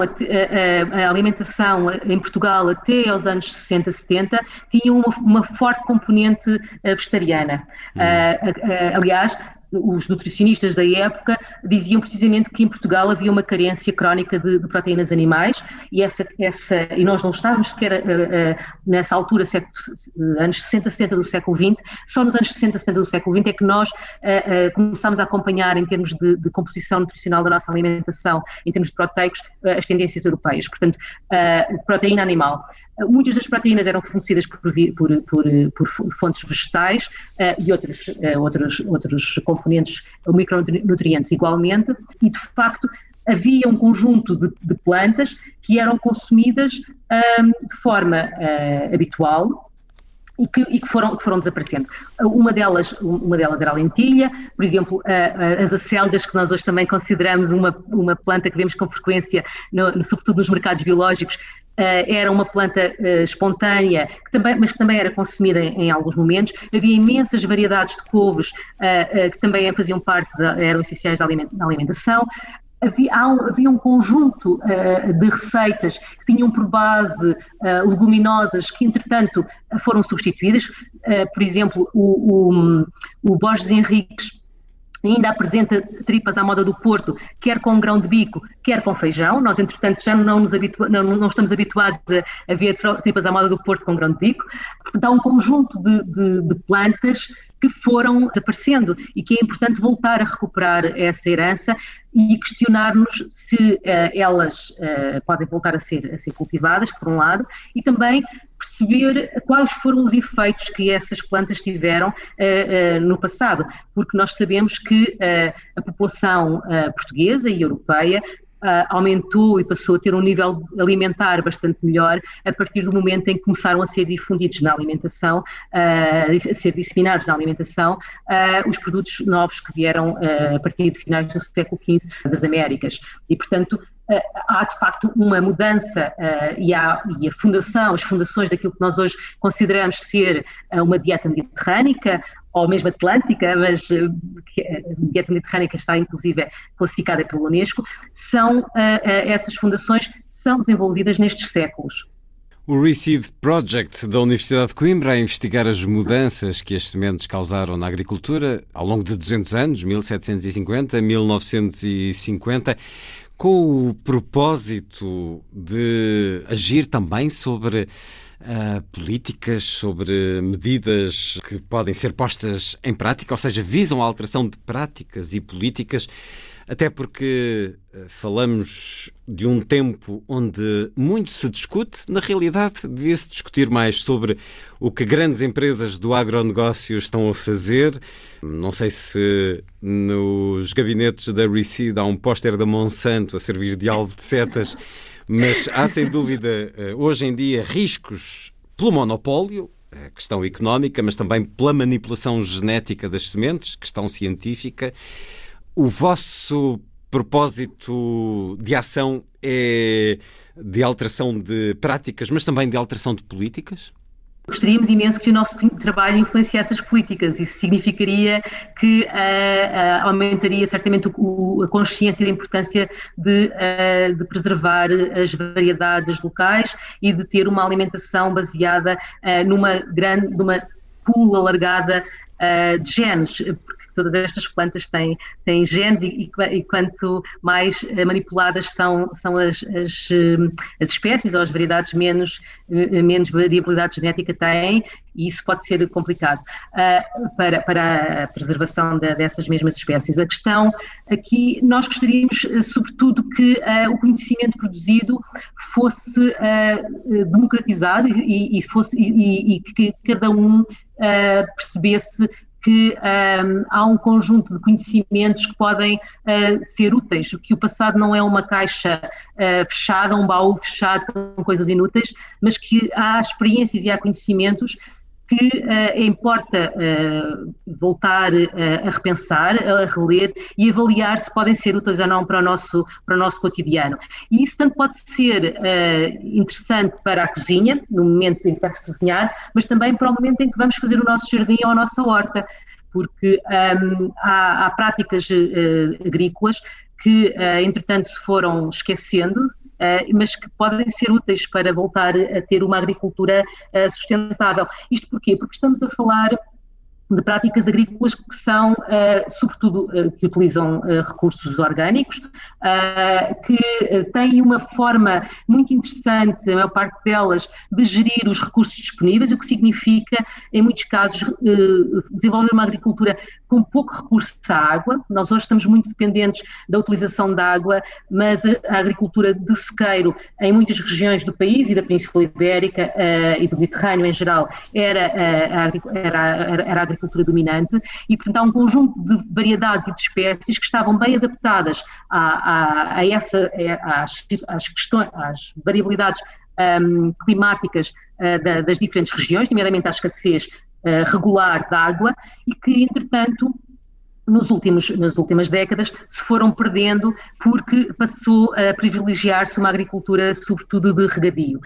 a, a alimentação em Portugal até aos anos sessenta, setenta tinha uma, uma forte componente vegetariana. Hum. Uh, uh, aliás, os nutricionistas da época diziam precisamente que em Portugal havia uma carência crónica de, de proteínas animais e, essa, essa, e nós não estávamos sequer uh, uh, nessa altura, século, anos sessenta, setenta do século vinte, só nos anos sessenta, setenta do século vinte é que nós uh, uh, começámos a acompanhar em termos de, de composição nutricional da nossa alimentação, em termos de proteicos, uh, as tendências europeias, portanto, uh, proteína animal. Muitas das proteínas eram fornecidas por, por, por, por fontes vegetais uh, e outros, uh, outros, outros componentes, micronutrientes igualmente, e de facto havia um conjunto de, de plantas que eram consumidas um, de forma uh, habitual e que, e que, foram, que foram desaparecendo. Uma delas, uma delas era a lentilha, por exemplo, uh, as acelgas, que nós hoje também consideramos uma, uma planta que vemos com frequência, no, no, sobretudo nos mercados biológicos. Uh, era uma planta uh, espontânea, que também, mas que também era consumida em, em alguns momentos. Havia imensas variedades de couves uh, uh, que também faziam parte, da, eram essenciais da, aliment, da alimentação. Havia, um, havia um conjunto uh, de receitas que tinham por base uh, leguminosas que, entretanto, foram substituídas. Uh, por exemplo, o, o, o Borges Henriques ainda apresenta tripas à moda do Porto, quer com grão de bico, quer com feijão. Nós, entretanto, já não, nos habitu- não, não estamos habituados a, a ver tripas à moda do Porto com grão de bico. Portanto, há um conjunto de, de, de plantas que foram desaparecendo e que é importante voltar a recuperar essa herança e questionar-nos se uh, elas uh, podem voltar a ser, a ser cultivadas, por um lado, e também perceber quais foram os efeitos que essas plantas tiveram uh, uh, no passado, porque nós sabemos que uh, a população uh, portuguesa e europeia Uh, aumentou e passou a ter um nível alimentar bastante melhor a partir do momento em que começaram a ser difundidos na alimentação, uh, a ser disseminados na alimentação, uh, os produtos novos que vieram uh, a partir de finais do século quinze das Américas. E, portanto, Uh, há de facto uma mudança uh, e, há, e a fundação, as fundações daquilo que nós hoje consideramos ser uh, uma dieta mediterrânica ou mesmo atlântica, mas uh, a dieta mediterrânica está inclusive classificada pela Unesco, são uh, uh, essas fundações são desenvolvidas nestes séculos. O Reseed Project da Universidade de Coimbra a investigar as mudanças que as sementes causaram na agricultura ao longo de duzentos anos, mil setecentos e cinquenta a mil novecentos e cinquenta, com o propósito de agir também sobre uh, políticas, sobre medidas que podem ser postas em prática, ou seja, visam a alteração de práticas e políticas. Até porque falamos de um tempo onde muito se discute. Na realidade, devia-se discutir mais sobre o que grandes empresas do agronegócio estão a fazer. Não sei se nos gabinetes da Reseed há um póster da Monsanto a servir de alvo de setas, mas há sem dúvida, hoje em dia, riscos pelo monopólio, a questão económica, mas também pela manipulação genética das sementes, questão científica. O vosso propósito de ação é de alteração de práticas, mas também de alteração de políticas? Gostaríamos imenso que o nosso trabalho influenciasse as políticas. Isso significaria que uh, uh, aumentaria certamente o, a consciência da importância de, uh, de preservar as variedades locais e de ter uma alimentação baseada uh, numa grande, numa pool alargada uh, de genes, porque todas estas plantas têm, têm genes e, e, e quanto mais manipuladas são, são as, as, as espécies ou as variedades, menos, menos variabilidade genética têm, e isso pode ser complicado uh, para, para a preservação de, dessas mesmas espécies. A questão aqui, nós gostaríamos sobretudo que uh, o conhecimento produzido fosse uh, democratizado e, e, fosse, e, e que cada um uh, percebesse que um, há um conjunto de conhecimentos que podem uh, ser úteis, que o passado não é uma caixa uh, fechada, um baú fechado com coisas inúteis, mas que há experiências e há conhecimentos que uh, importa uh, voltar uh, a repensar, a reler e avaliar se podem ser úteis ou não para o nosso, para o nosso cotidiano. E isso tanto pode ser uh, interessante para a cozinha, no momento em que vamos cozinhar, mas também para o momento em que vamos fazer o nosso jardim ou a nossa horta, porque um, há, há práticas uh, agrícolas que, uh, entretanto, se foram esquecendo, Uh, mas que podem ser úteis para voltar a ter uma agricultura uh, sustentável. Isto porquê? Porque estamos a falar de práticas agrícolas que são, uh, sobretudo, uh, que utilizam uh, recursos orgânicos, uh, que uh, têm uma forma muito interessante, a maior parte delas, de gerir os recursos disponíveis, o que significa, em muitos casos, uh, desenvolver uma agricultura com pouco recurso à água. Nós hoje estamos muito dependentes da utilização da água, mas a, a agricultura de sequeiro em muitas regiões do país e da Península Ibérica uh, e do Mediterrâneo em geral era, uh, a, era, era, era a agricultura dominante e, portanto, há um conjunto de variedades e de espécies que estavam bem adaptadas a, a, a essa, às, às, questões, às variabilidades um, climáticas uh, da, das diferentes regiões, nomeadamente à escassez Uh, regular da água e que, entretanto, nos últimos, nas últimas décadas se foram perdendo porque passou a privilegiar-se uma agricultura, sobretudo, de regadio.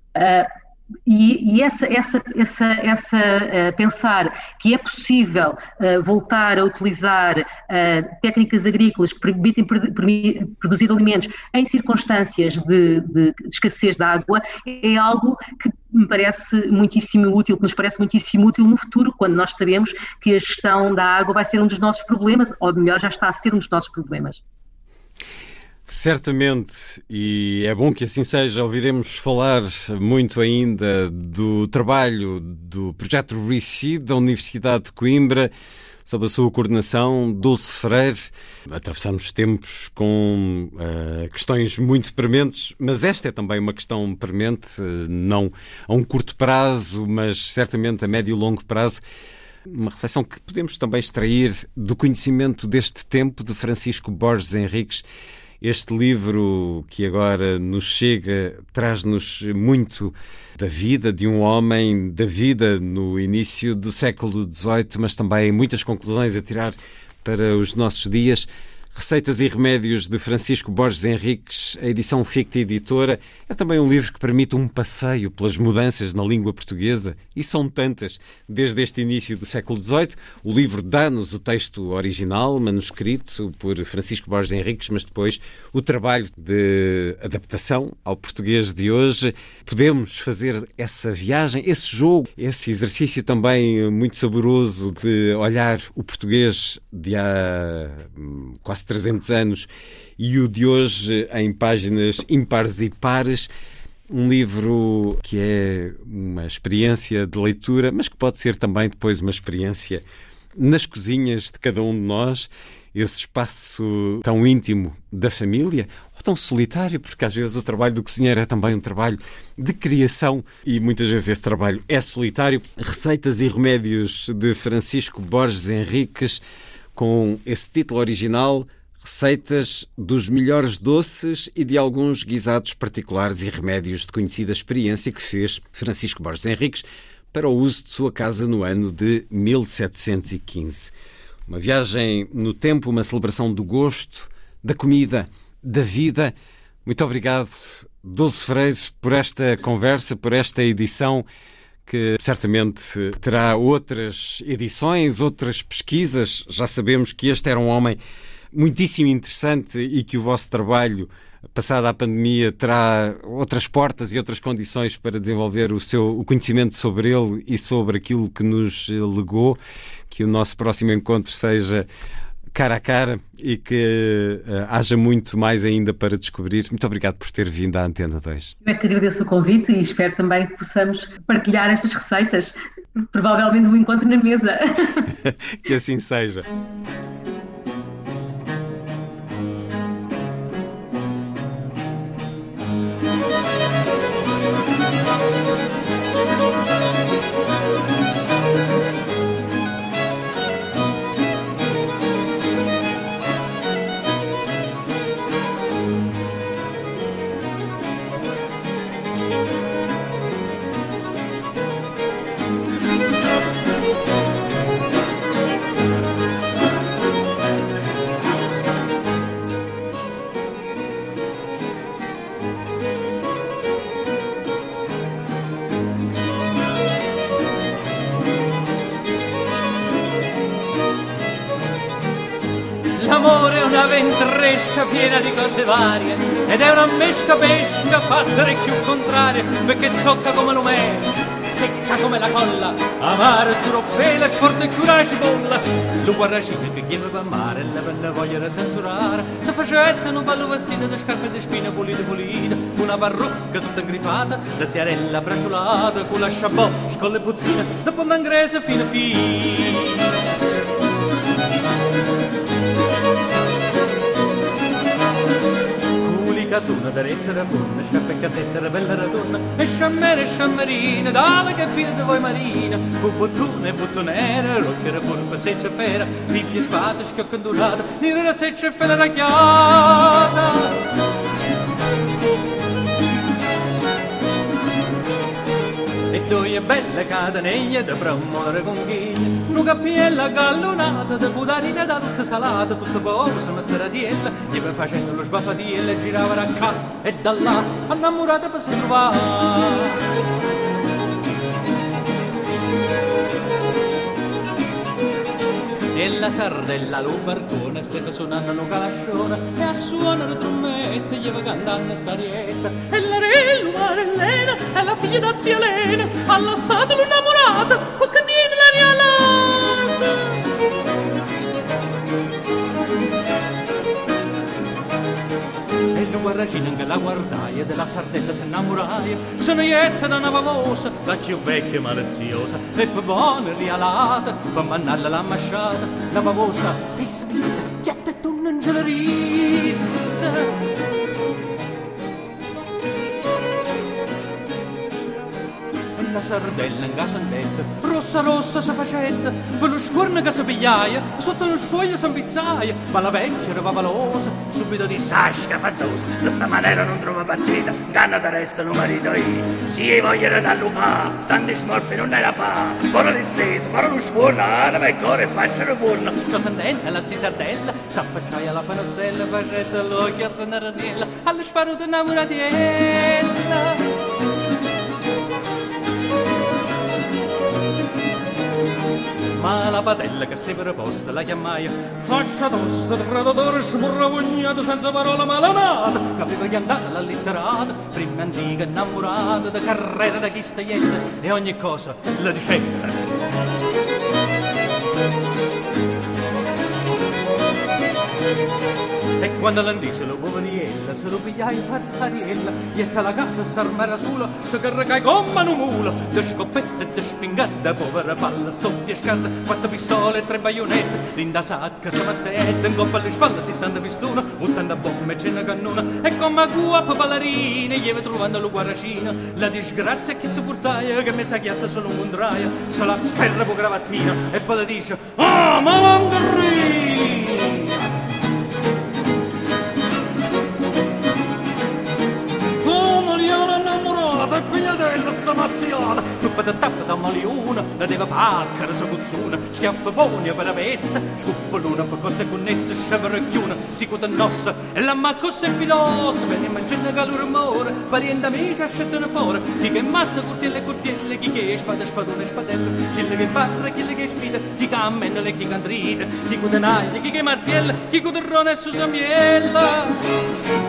Uh, E, e essa, essa, essa, essa uh, pensar que é possível uh, voltar a utilizar uh, técnicas agrícolas que permitem produ- produzir alimentos em circunstâncias de, de, de escassez de água é algo que me parece muitíssimo útil, que nos parece muitíssimo útil no futuro, quando nós sabemos que a gestão da água vai ser um dos nossos problemas, ou melhor, já está a ser um dos nossos problemas. Certamente, e é bom que assim seja. Ouviremos falar muito ainda do trabalho do projeto Reseed da Universidade de Coimbra, sob a sua coordenação, Dulce Freire. Atravessamos tempos com uh, questões muito prementes, mas esta é também uma questão premente, uh, não a um curto prazo, mas certamente a médio e longo prazo. Uma reflexão que podemos também extrair do conhecimento deste tempo de Francisco Borges Henriques. Este livro que agora nos chega traz-nos muito da vida de um homem, da vida no início do século dezoito, mas também muitas conclusões a tirar para os nossos dias. Receitas e Remédios de Francisco Borges Henriques, a edição Ficta Editora, é também um livro que permite um passeio pelas mudanças na língua portuguesa, e são tantas, desde este início do século dezoito. O livro dá-nos o texto original, manuscrito por Francisco Borges Henriques, mas depois o trabalho de adaptação ao português de hoje. Podemos fazer essa viagem, esse jogo, esse exercício também muito saboroso de olhar o português de há quase trezentos anos e o de hoje em páginas ímpares e pares. Um livro que é uma experiência de leitura, mas que pode ser também depois uma experiência nas cozinhas de cada um de nós, esse espaço tão íntimo da família, ou tão solitário, porque às vezes o trabalho do cozinheiro é também um trabalho de criação e muitas vezes esse trabalho é solitário. Receitas e Remédios de Francisco Borges Henriques, com esse título original: Receitas dos melhores doces e de alguns guisados particulares e remédios de conhecida experiência que fez Francisco Borges Henriques para o uso de sua casa no ano de mil setecentos e quinze. Uma viagem no tempo, uma celebração do gosto, da comida, da vida. Muito obrigado, Dulce Freire, por esta conversa, por esta edição, que certamente terá outras edições, outras pesquisas. Já sabemos que este era um homem muitíssimo interessante e que o vosso trabalho, passada a pandemia, terá outras portas e outras condições para desenvolver o seu o conhecimento sobre ele e sobre aquilo que nos legou. Que o nosso próximo encontro seja cara a cara e que uh, haja muito mais ainda para descobrir. Muito obrigado por ter vindo à Antena dois. Eu é que agradeço o convite e espero também que possamos partilhar estas receitas. Provavelmente um encontro na mesa. Que assim seja. L'amore è una ventresca piena di cose varie ed è una mesca pesca fatta di più contrarie, perché zocca come l'umè, secca come la colla, amare duro fela e forte cura cipolla. Lo guarracino che chiede per mare, la penna voglia da censurare, se facetta un ballo vestito di scarpe di spine pulite pulite, una parrucca tutta ingrifata, da ziarella braciolata, con la sciabò, scolle puzzine, da pondangrese fino a fine. Cazzuna, d'arezza da forna, scarpe e cazzetta, da bella radonna, e sciammere e sciammerina, dalla che fine di voi marina, con bottone e bottonera, rocchera, furba, seccia fera, figli e spade, schiocca ondulata, nera la seccia e fela racchiata. E due belle catenelle da promuovere conchiglie, una cappiella gallonata da pudarina d'alza salata, tutto poco su una stradiella, gli va facendo lo sbaffatiello e girava da qua e da là, innamorata per si trovare. E la sardella, lo barcone, stava suonando una calasciona, e a suono le trombette gli va cantando starietta. E la re, l'umarellena, e la figlia da zia Elena, ha lasciato l'innamorata, perché niente la rialata. E il guarragino che la guardaia, della sardella si innamoraia, sono ietta da una famosa, la più vecchia e maliziosa, e poi buona e rialata, per mannarla la masciata, la famosa pissa pissa, chiatta e tu non ce la rissa. una sardella in gasandetta, rossa rossa sa facetta, per lo scorno che si pigliaia, sotto lo scoglio si impizzaia, ma la vecchia era valosa, subito di sasca fazzosa, da sta maniera non trova partita, ganna da resta non marito io, si vogliono da lupa, tanti smorfi non ne la fa, fuori l'inzese, fuori lo scorno, anima e cuore e facciano buono, ciò sandella, la zisardella, s'affacciaia alla fanastella, facetta l'occhio a zannaranella, alle sparute innamoratiella. Ma la padella che stai preposta la chiamaia faccia tosta, traditore, smurravognato senza parola malanata, capiva che andava la litterata, prima antica innamorata, da carriera da chistaglietta e ogni cosa la ricetta. E quando l'andise lo poveriella, se lo pigliai farfariella, ietta la casa s'armera sola, se carregai come un mulo, de scoppette e de spingate, povera palla, stoppie e scarpe, quattro pistole e tre baionette, l'inda sacca, se mattette, in coppa alle spalle, settanta pistone, ottanta bombe e cena cannona, e come a guapa ballerina, gli va trovando lo guaracino, la disgrazia è che si portaia, che mezza chiazza solo un contraia, se la ferra po' gravattina, e poi le dice, ah, malandrina! E pigliatella sta mazziata, gruppa da tappa da maliuna, la deva paccara sa cuzzuna, schiaffa pogna per avessa, scuppoluna fa cose connesse, sciavaracchiuna, si cuta nossa, e la maccossa e filosa, venne mangiando calore amore, pariente amici ascettano fuori, chi che mazza curtielle e curtielle, chi che spada spadone e spadello, chi che barra, chi che spida, chi che ammennale e chi che andrite, chi cuta naglia, chi che martiella, chi cuterrone e susamiella.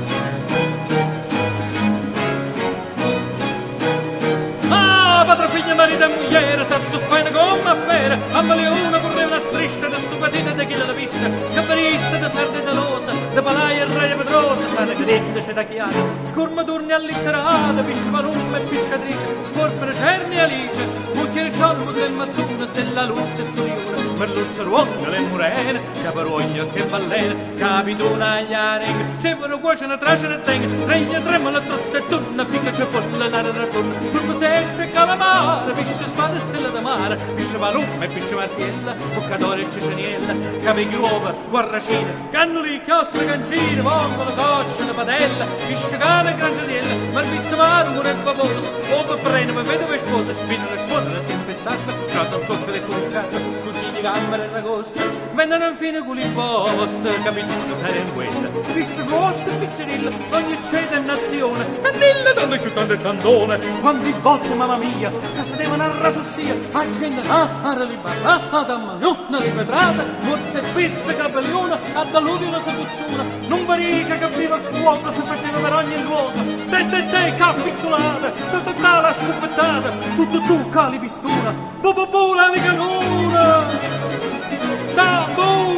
Padre, figlio, marito e moglie, senza fare come affare, a maleona correva una striscia, da stupatita da chi la piscia, caparista, da sarda e da losa, da palaia e raia pedrosa, sana cadetta, c'è da chiara, scormaturni allitterata, pisce marumma e piscatrice, scorfere cerni e alice, cucchiere cialmo del mazzone, stella luzza e storione, merluzza ruonga le murene, caparoglia che ballene, capituna agli aring, cefano cuocene, tracene e teng, regna tremola tutte e tunna, fica ciapolla, la raponna, gruppo senza e calamare, pisce spada e stella da mare, pisce palumma e pisce martiella, boccatore e ciceniella, capeghi uova, guarracine, cannoli, chiostre, cancine, vongole, cocce, padella, pisce cane e grangiatiella, marmizza marmore e paposa, uova prene, vedova e sposa, spina e sponda, la zeppa e sacca, calza zucchero e cruscata, scucini, camera e ragosta, vendono infine culi imposta, capitano, serie in quella, pisce grossa e piccerilla, ogni ceda e nazione, e mille donne più tante tantone, quanti botte, mamma mia, che si devono arrasossia, a gente, ah, a relibarra, ad ammaniona, ripetrata, mozze e pizze, cabelliona, a daludi la sapuzzuna, non varica che apriva il fuoco, si faceva per ogni luogo, de de de, capistolata, da da da la scoppettata, tutto tu, cali pistuna, bu bu bu, la canuna, da bu,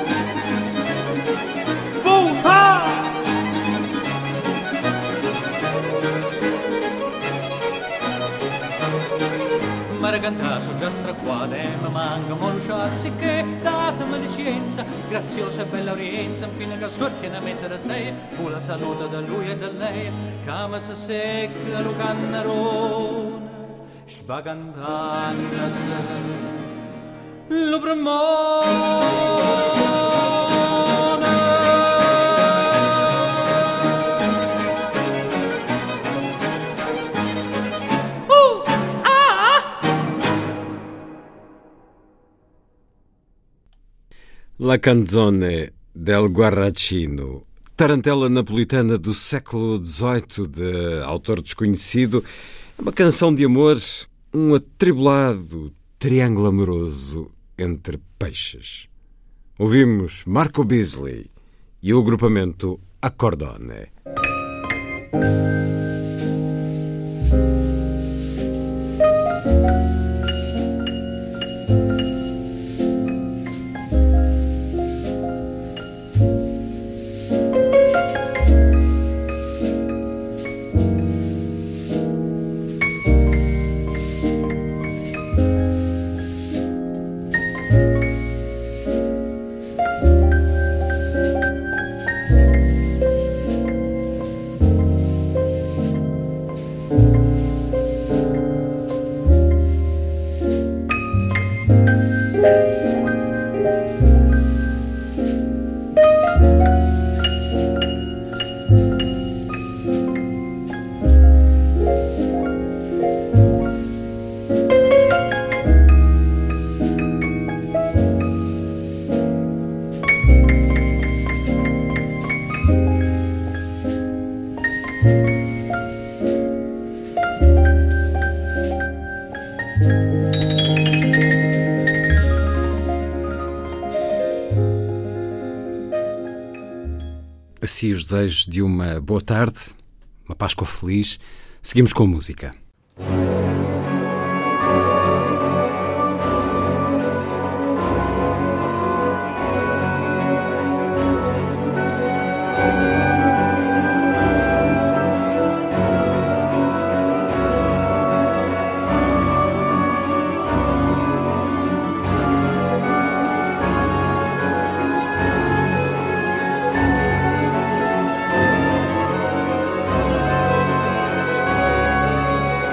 bu, ta. Maracantaso già straquate, ma manca molciazzi che datemi licenza, graziosa e bella orienza, infine che sorti una mezza da sei, fu la salute da lui e da lei, cama se secca lo cannarone, sbagantanna lo premone. La canzone del Guarracino, tarantela napolitana do século dezoito, de autor desconhecido, é uma canção de amor, um atribulado triângulo amoroso entre peixes. Ouvimos Marco Beasley e o agrupamento Accordone. a si os desejos de uma boa tarde, uma Páscoa feliz. Seguimos com a música. Thank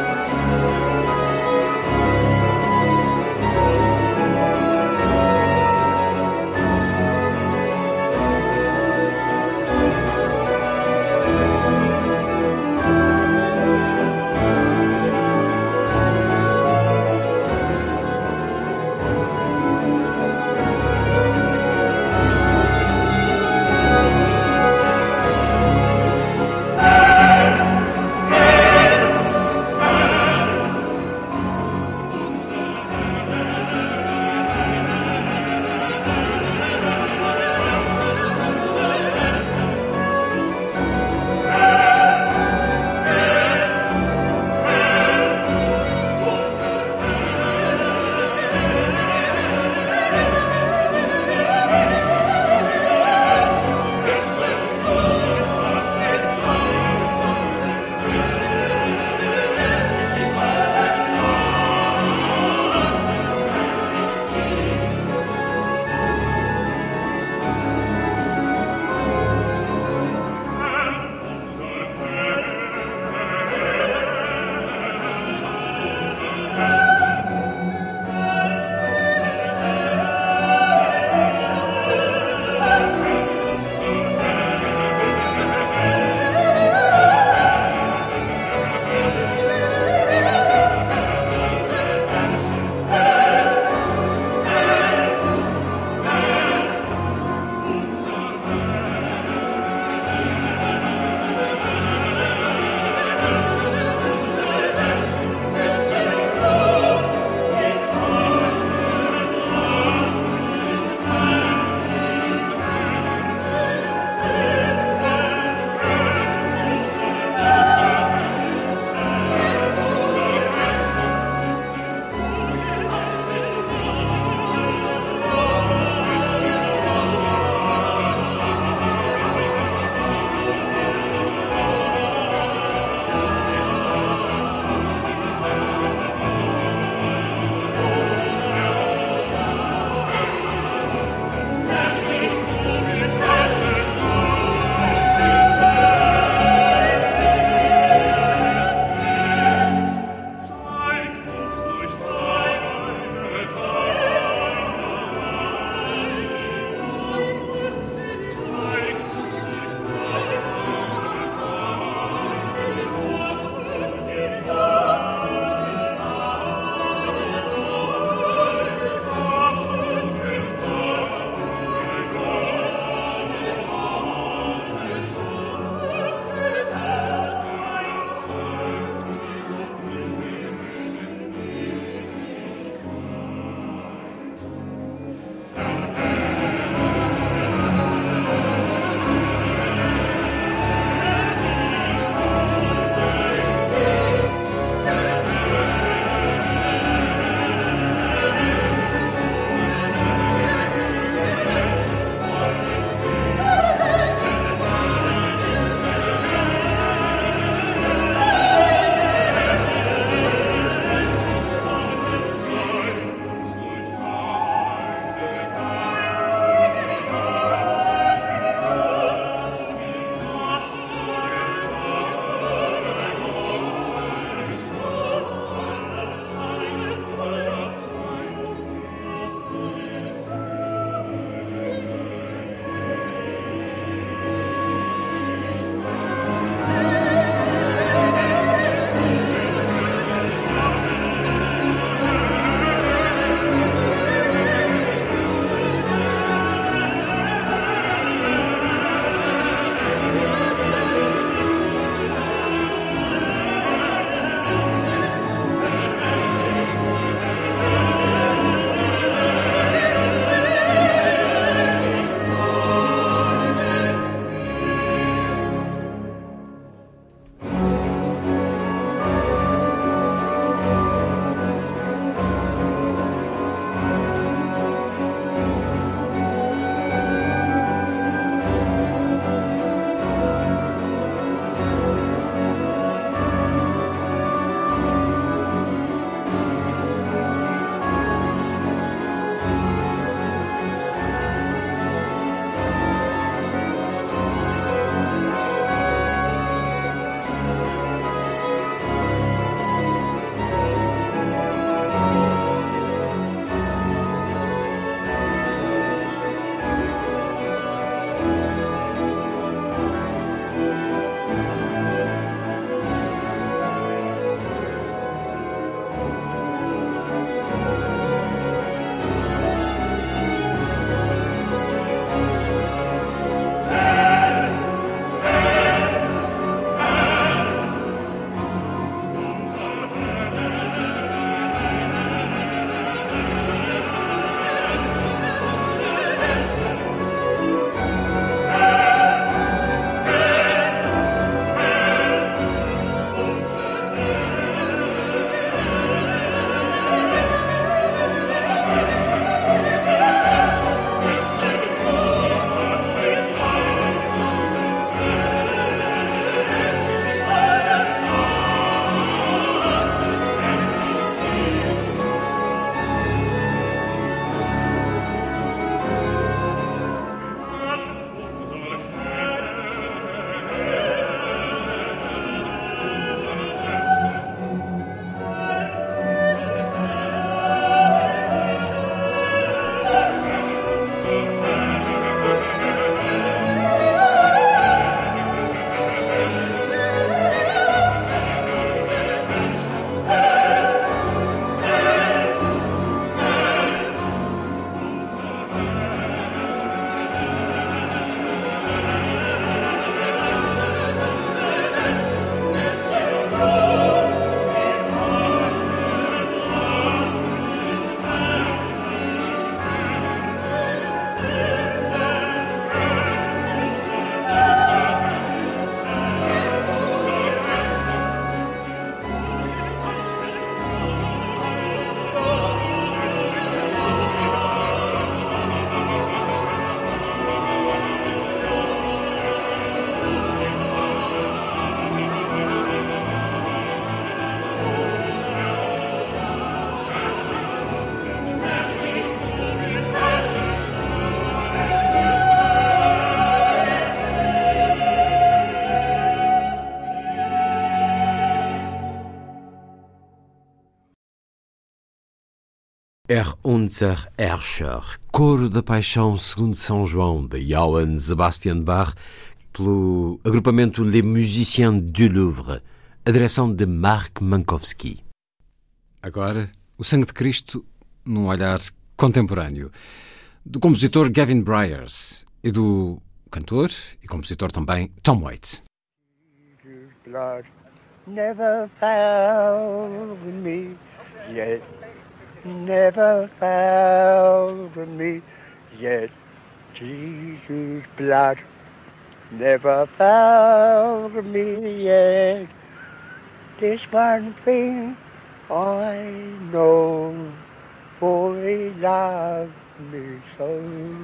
Er unser Herrscher, Coro da Paixão segundo São João, de Johann Sebastian Bach, pelo agrupamento Les Musiciens du Louvre, a direção de Marc Mankowski. Agora, o Sangue de Cristo num olhar contemporâneo, do compositor Gavin Bryars e do cantor e compositor também Tom Waits. Blood never found me yet, never found me yet. Jesus' blood never found me yet. This one thing I know, for he loved me so.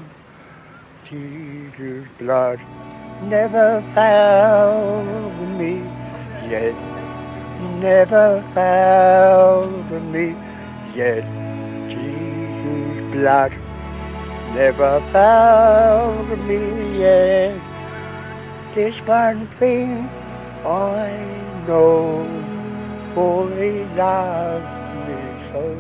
Jesus' blood never found me yet, never found me yet. Jesus' blood never found me yet. This one thing I know, for he loved me so.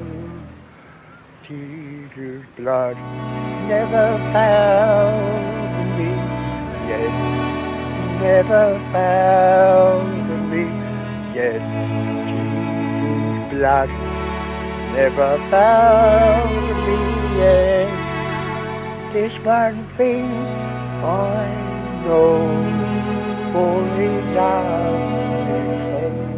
Jesus' blood never found me yet, never found me yet. Jesus' blood never found me yet. This one thing I know, for he loved me so.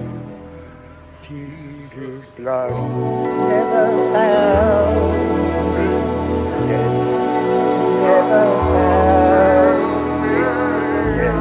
Jesus' blood never found me yet, never found me yet.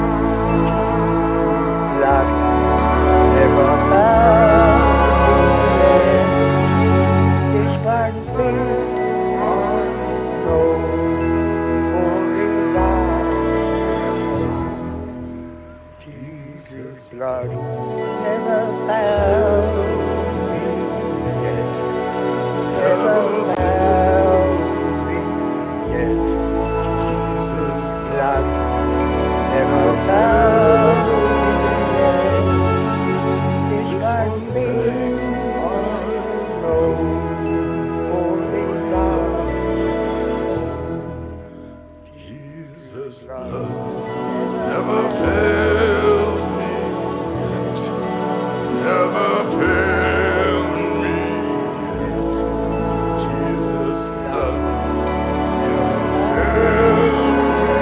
Blood never found me yet. This one thing I know, for he loved me so. Jesus' blood never found me yet, never found me yet. Jesus' blood never found me yet. This one thing I know, for he loved me so. Jesus' blood never failed me yet, never failed me yet. Jesus' blood never failed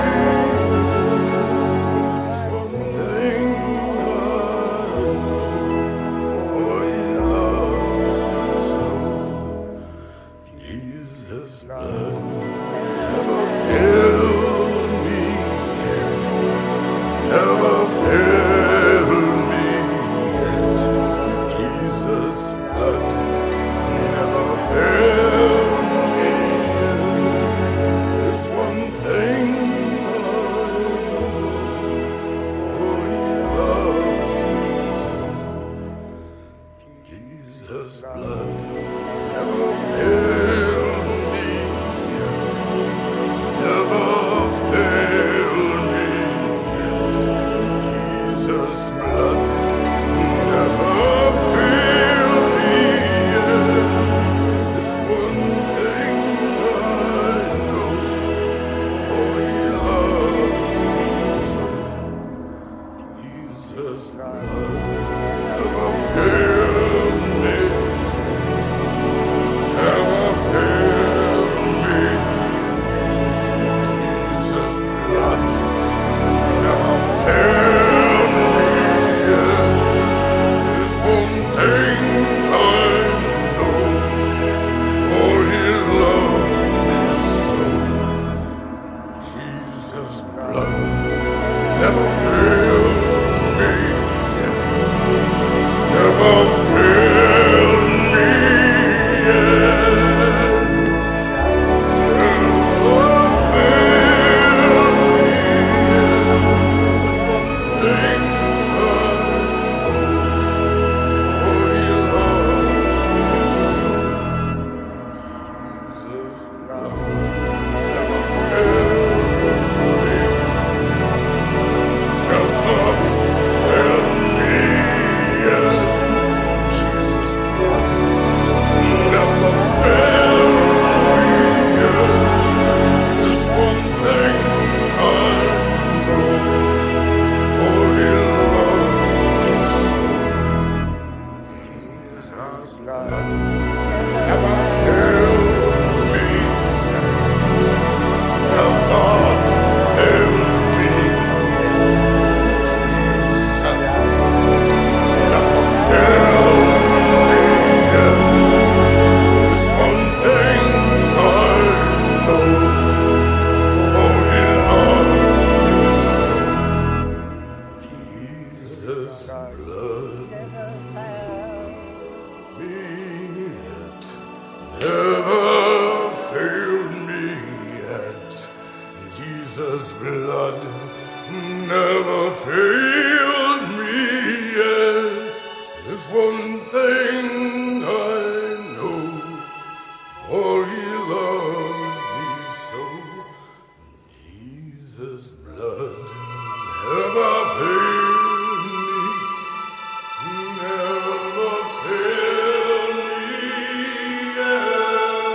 me. It's one thing I know, for he loves me so. Jesus' blood never failed me yet, never failed me yet. Jesus' blood never failed me yet. There's one thing I know, for he loves me so. Jesus' blood never failed me yet, never failed me yet. Jesus' blood never failed me yet. There's one thing I know, for he loves me so. Jesus' blood never failed me, never failed me. Jesus' blood never failed me yet. There's one thing I know, for he loves me so. Jesus' blood never failed me yet, never failed me yet. Never failed me yet. The one thing I know, for he loves me so. Jesus' blood never failed me, never failed me yet. There's one thing I know, for he loves me so. Jesus' blood never failed me, never failed me yet.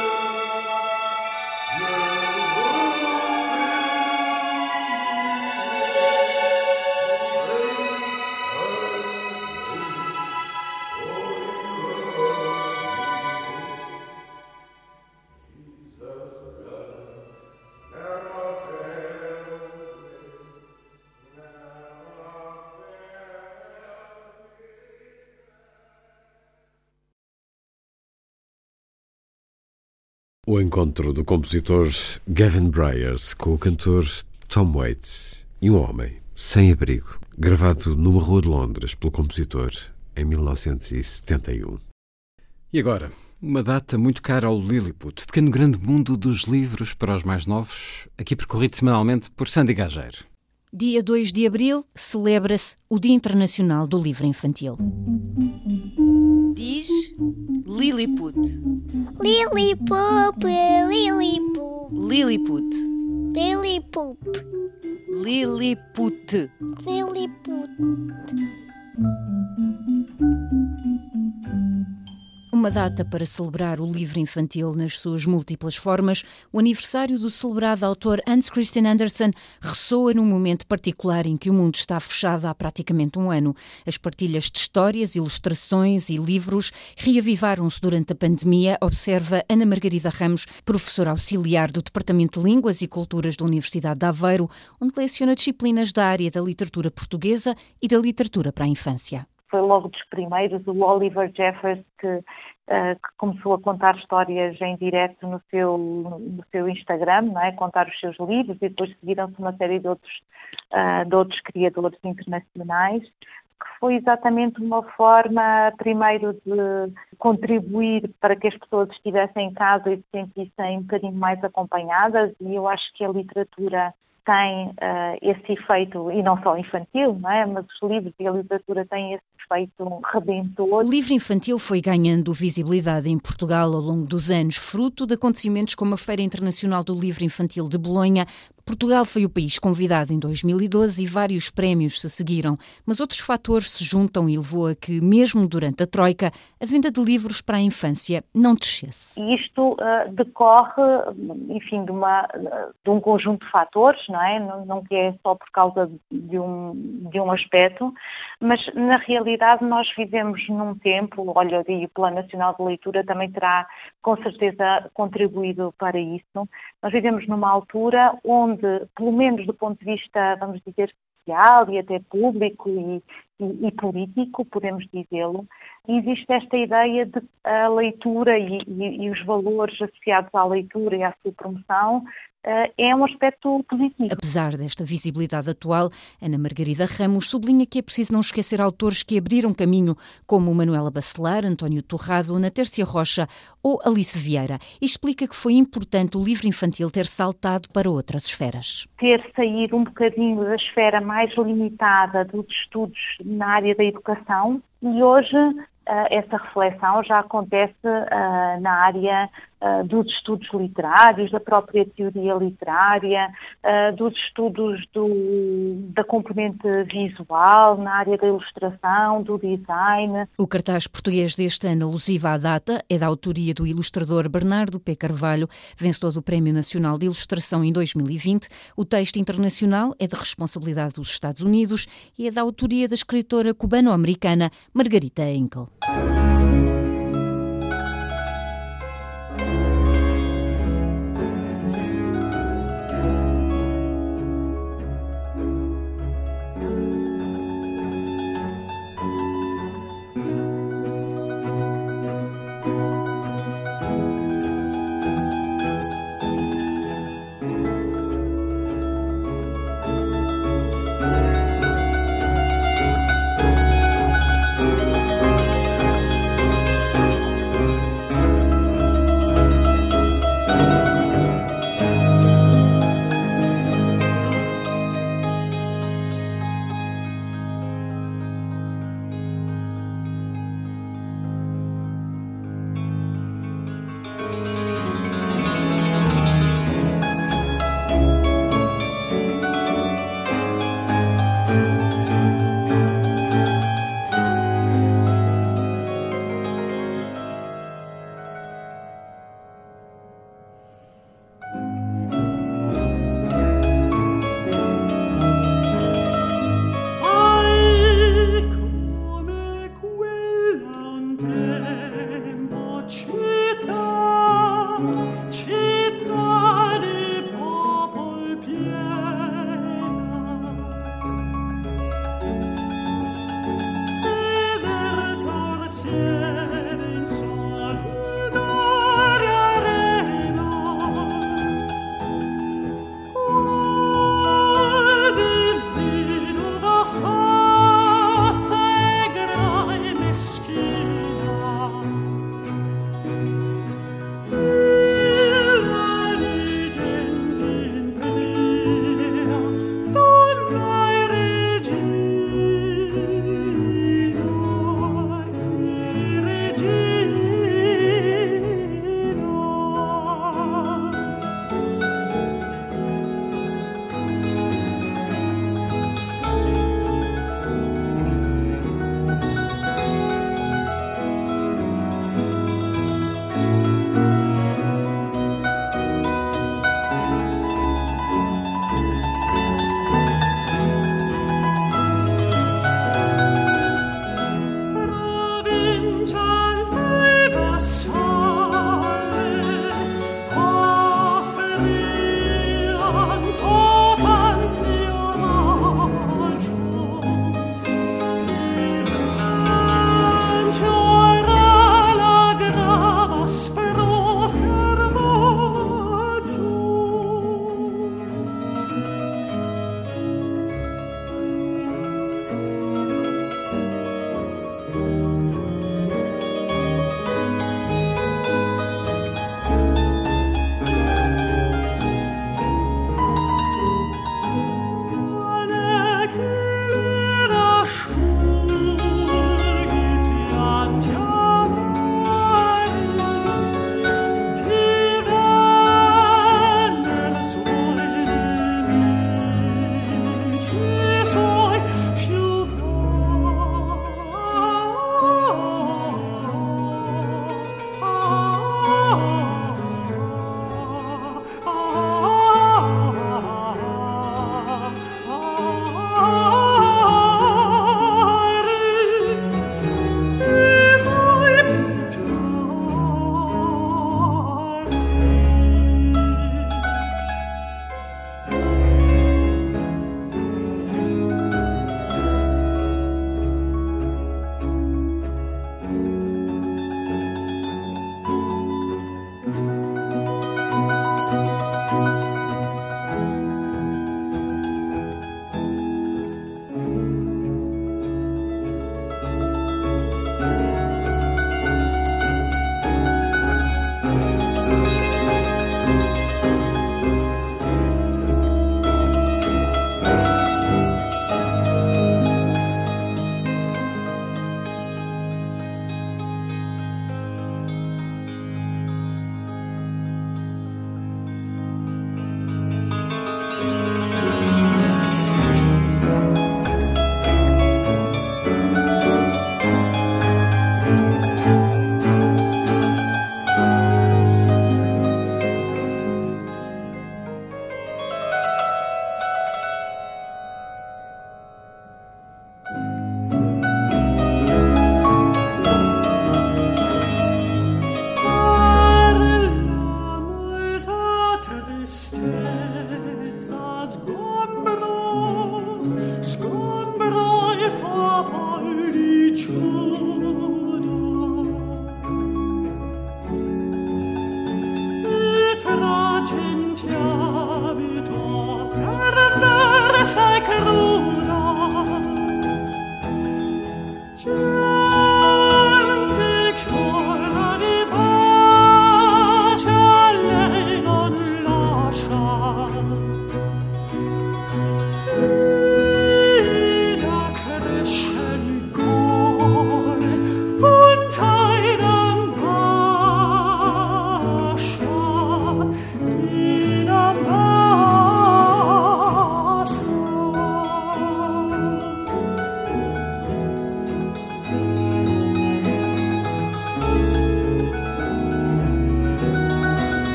O encontro do compositor Gavin Bryars com o cantor Tom Waits e um homem sem abrigo, gravado numa rua de Londres pelo compositor em mil novecentos e setenta e um. E agora, uma data muito cara ao Lilliput, pequeno grande mundo dos livros para os mais novos, aqui percorrido semanalmente por Sandy Gageiro. Dia dois de abril celebra-se o Dia Internacional do Livro Infantil. Diz Lilliput. Lilliput, Lilliput. Lilliput. Lilliput. Lilliput. Lilliput. Uma data para celebrar o livro infantil nas suas múltiplas formas, o aniversário do celebrado autor Hans Christian Andersen ressoa num momento particular em que o mundo está fechado há praticamente um ano. As partilhas de histórias, ilustrações e livros reavivaram-se durante a pandemia, observa Ana Margarida Ramos, professora auxiliar do Departamento de Línguas e Culturas da Universidade de Aveiro, onde leciona disciplinas da área da literatura portuguesa e da literatura para a infância. Foi logo dos primeiros, o Oliver Jeffers, que, uh, que começou a contar histórias em direto no seu, no seu Instagram, não é? Contar os seus livros, e depois seguiram-se uma série de outros, uh, de outros criadores internacionais, que foi exatamente uma forma, primeiro, de contribuir para que as pessoas estivessem em casa e se sentissem um bocadinho mais acompanhadas, e eu acho que a literatura tem uh, esse efeito, e não só infantil, não é? Mas os livros e a literatura têm esse efeito redentor. O livro infantil foi ganhando visibilidade em Portugal ao longo dos anos, fruto de acontecimentos como a Feira Internacional do Livro Infantil de Bolonha. Portugal foi o país convidado em dois mil e doze e vários prémios se seguiram, mas outros fatores se juntam e levou a que, mesmo durante a Troika, a venda de livros para a infância não descesse. E isto uh, decorre, enfim, de, uma, de um conjunto de fatores, não é? Não, não que é só por causa de um, de um aspecto, mas na realidade nós vivemos num tempo, olha, e o Plano Nacional de Leitura também terá com certeza contribuído para isso. Nós vivemos numa altura onde, pelo menos do ponto de vista, vamos dizer, social e até público e, e, e político, podemos dizê-lo, existe esta ideia de a leitura e, e, e os valores associados à leitura e à sua promoção uh, é um aspecto positivo. Apesar desta visibilidade atual, Ana Margarida Ramos sublinha que é preciso não esquecer autores que abriram caminho, como Manuela Bacelar, António Torrado, Ana Tércia Rocha ou Alice Vieira, e explica que foi importante o livro infantil ter saltado para outras esferas. Ter saído um bocadinho da esfera mais limitada dos estudos na área da educação, e hoje Uh, essa reflexão já acontece uh, na área uh, dos estudos literários, da própria teoria literária, uh, dos estudos do, da componente visual, na área da ilustração, do design. O cartaz português deste ano, alusivo à data, é da autoria do ilustrador Bernardo P. Carvalho, vencedor do Prémio Nacional de Ilustração em dois mil e vinte. O texto internacional é de responsabilidade dos Estados Unidos e é da autoria da escritora cubano-americana Margarita Enkel.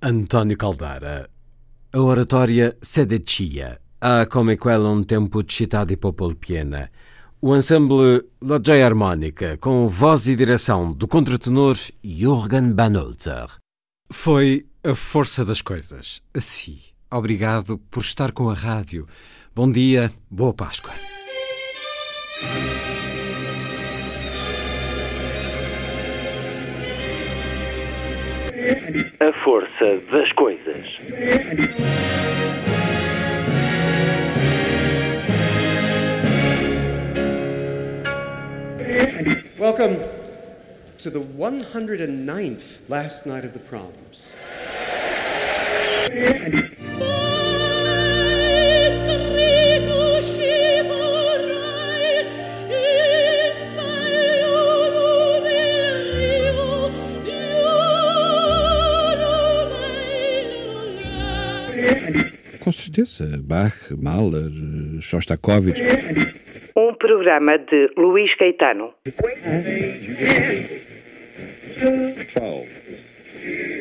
António Caldara. A oratória Sedecia, há come quella un tempo città di popolo piena. O ensemble La Joia Harmónica, com voz e direção do contratenor Jürgen Banholzer. Foi A Força das Coisas. Assim, obrigado por estar com a rádio. Bom dia, boa Páscoa. A Força das Coisas. Welcome to the one hundred ninth last night of the proms. Com certeza, Bach, Mahler, Shostakovich. Um programa de Luís Caetano. twelve.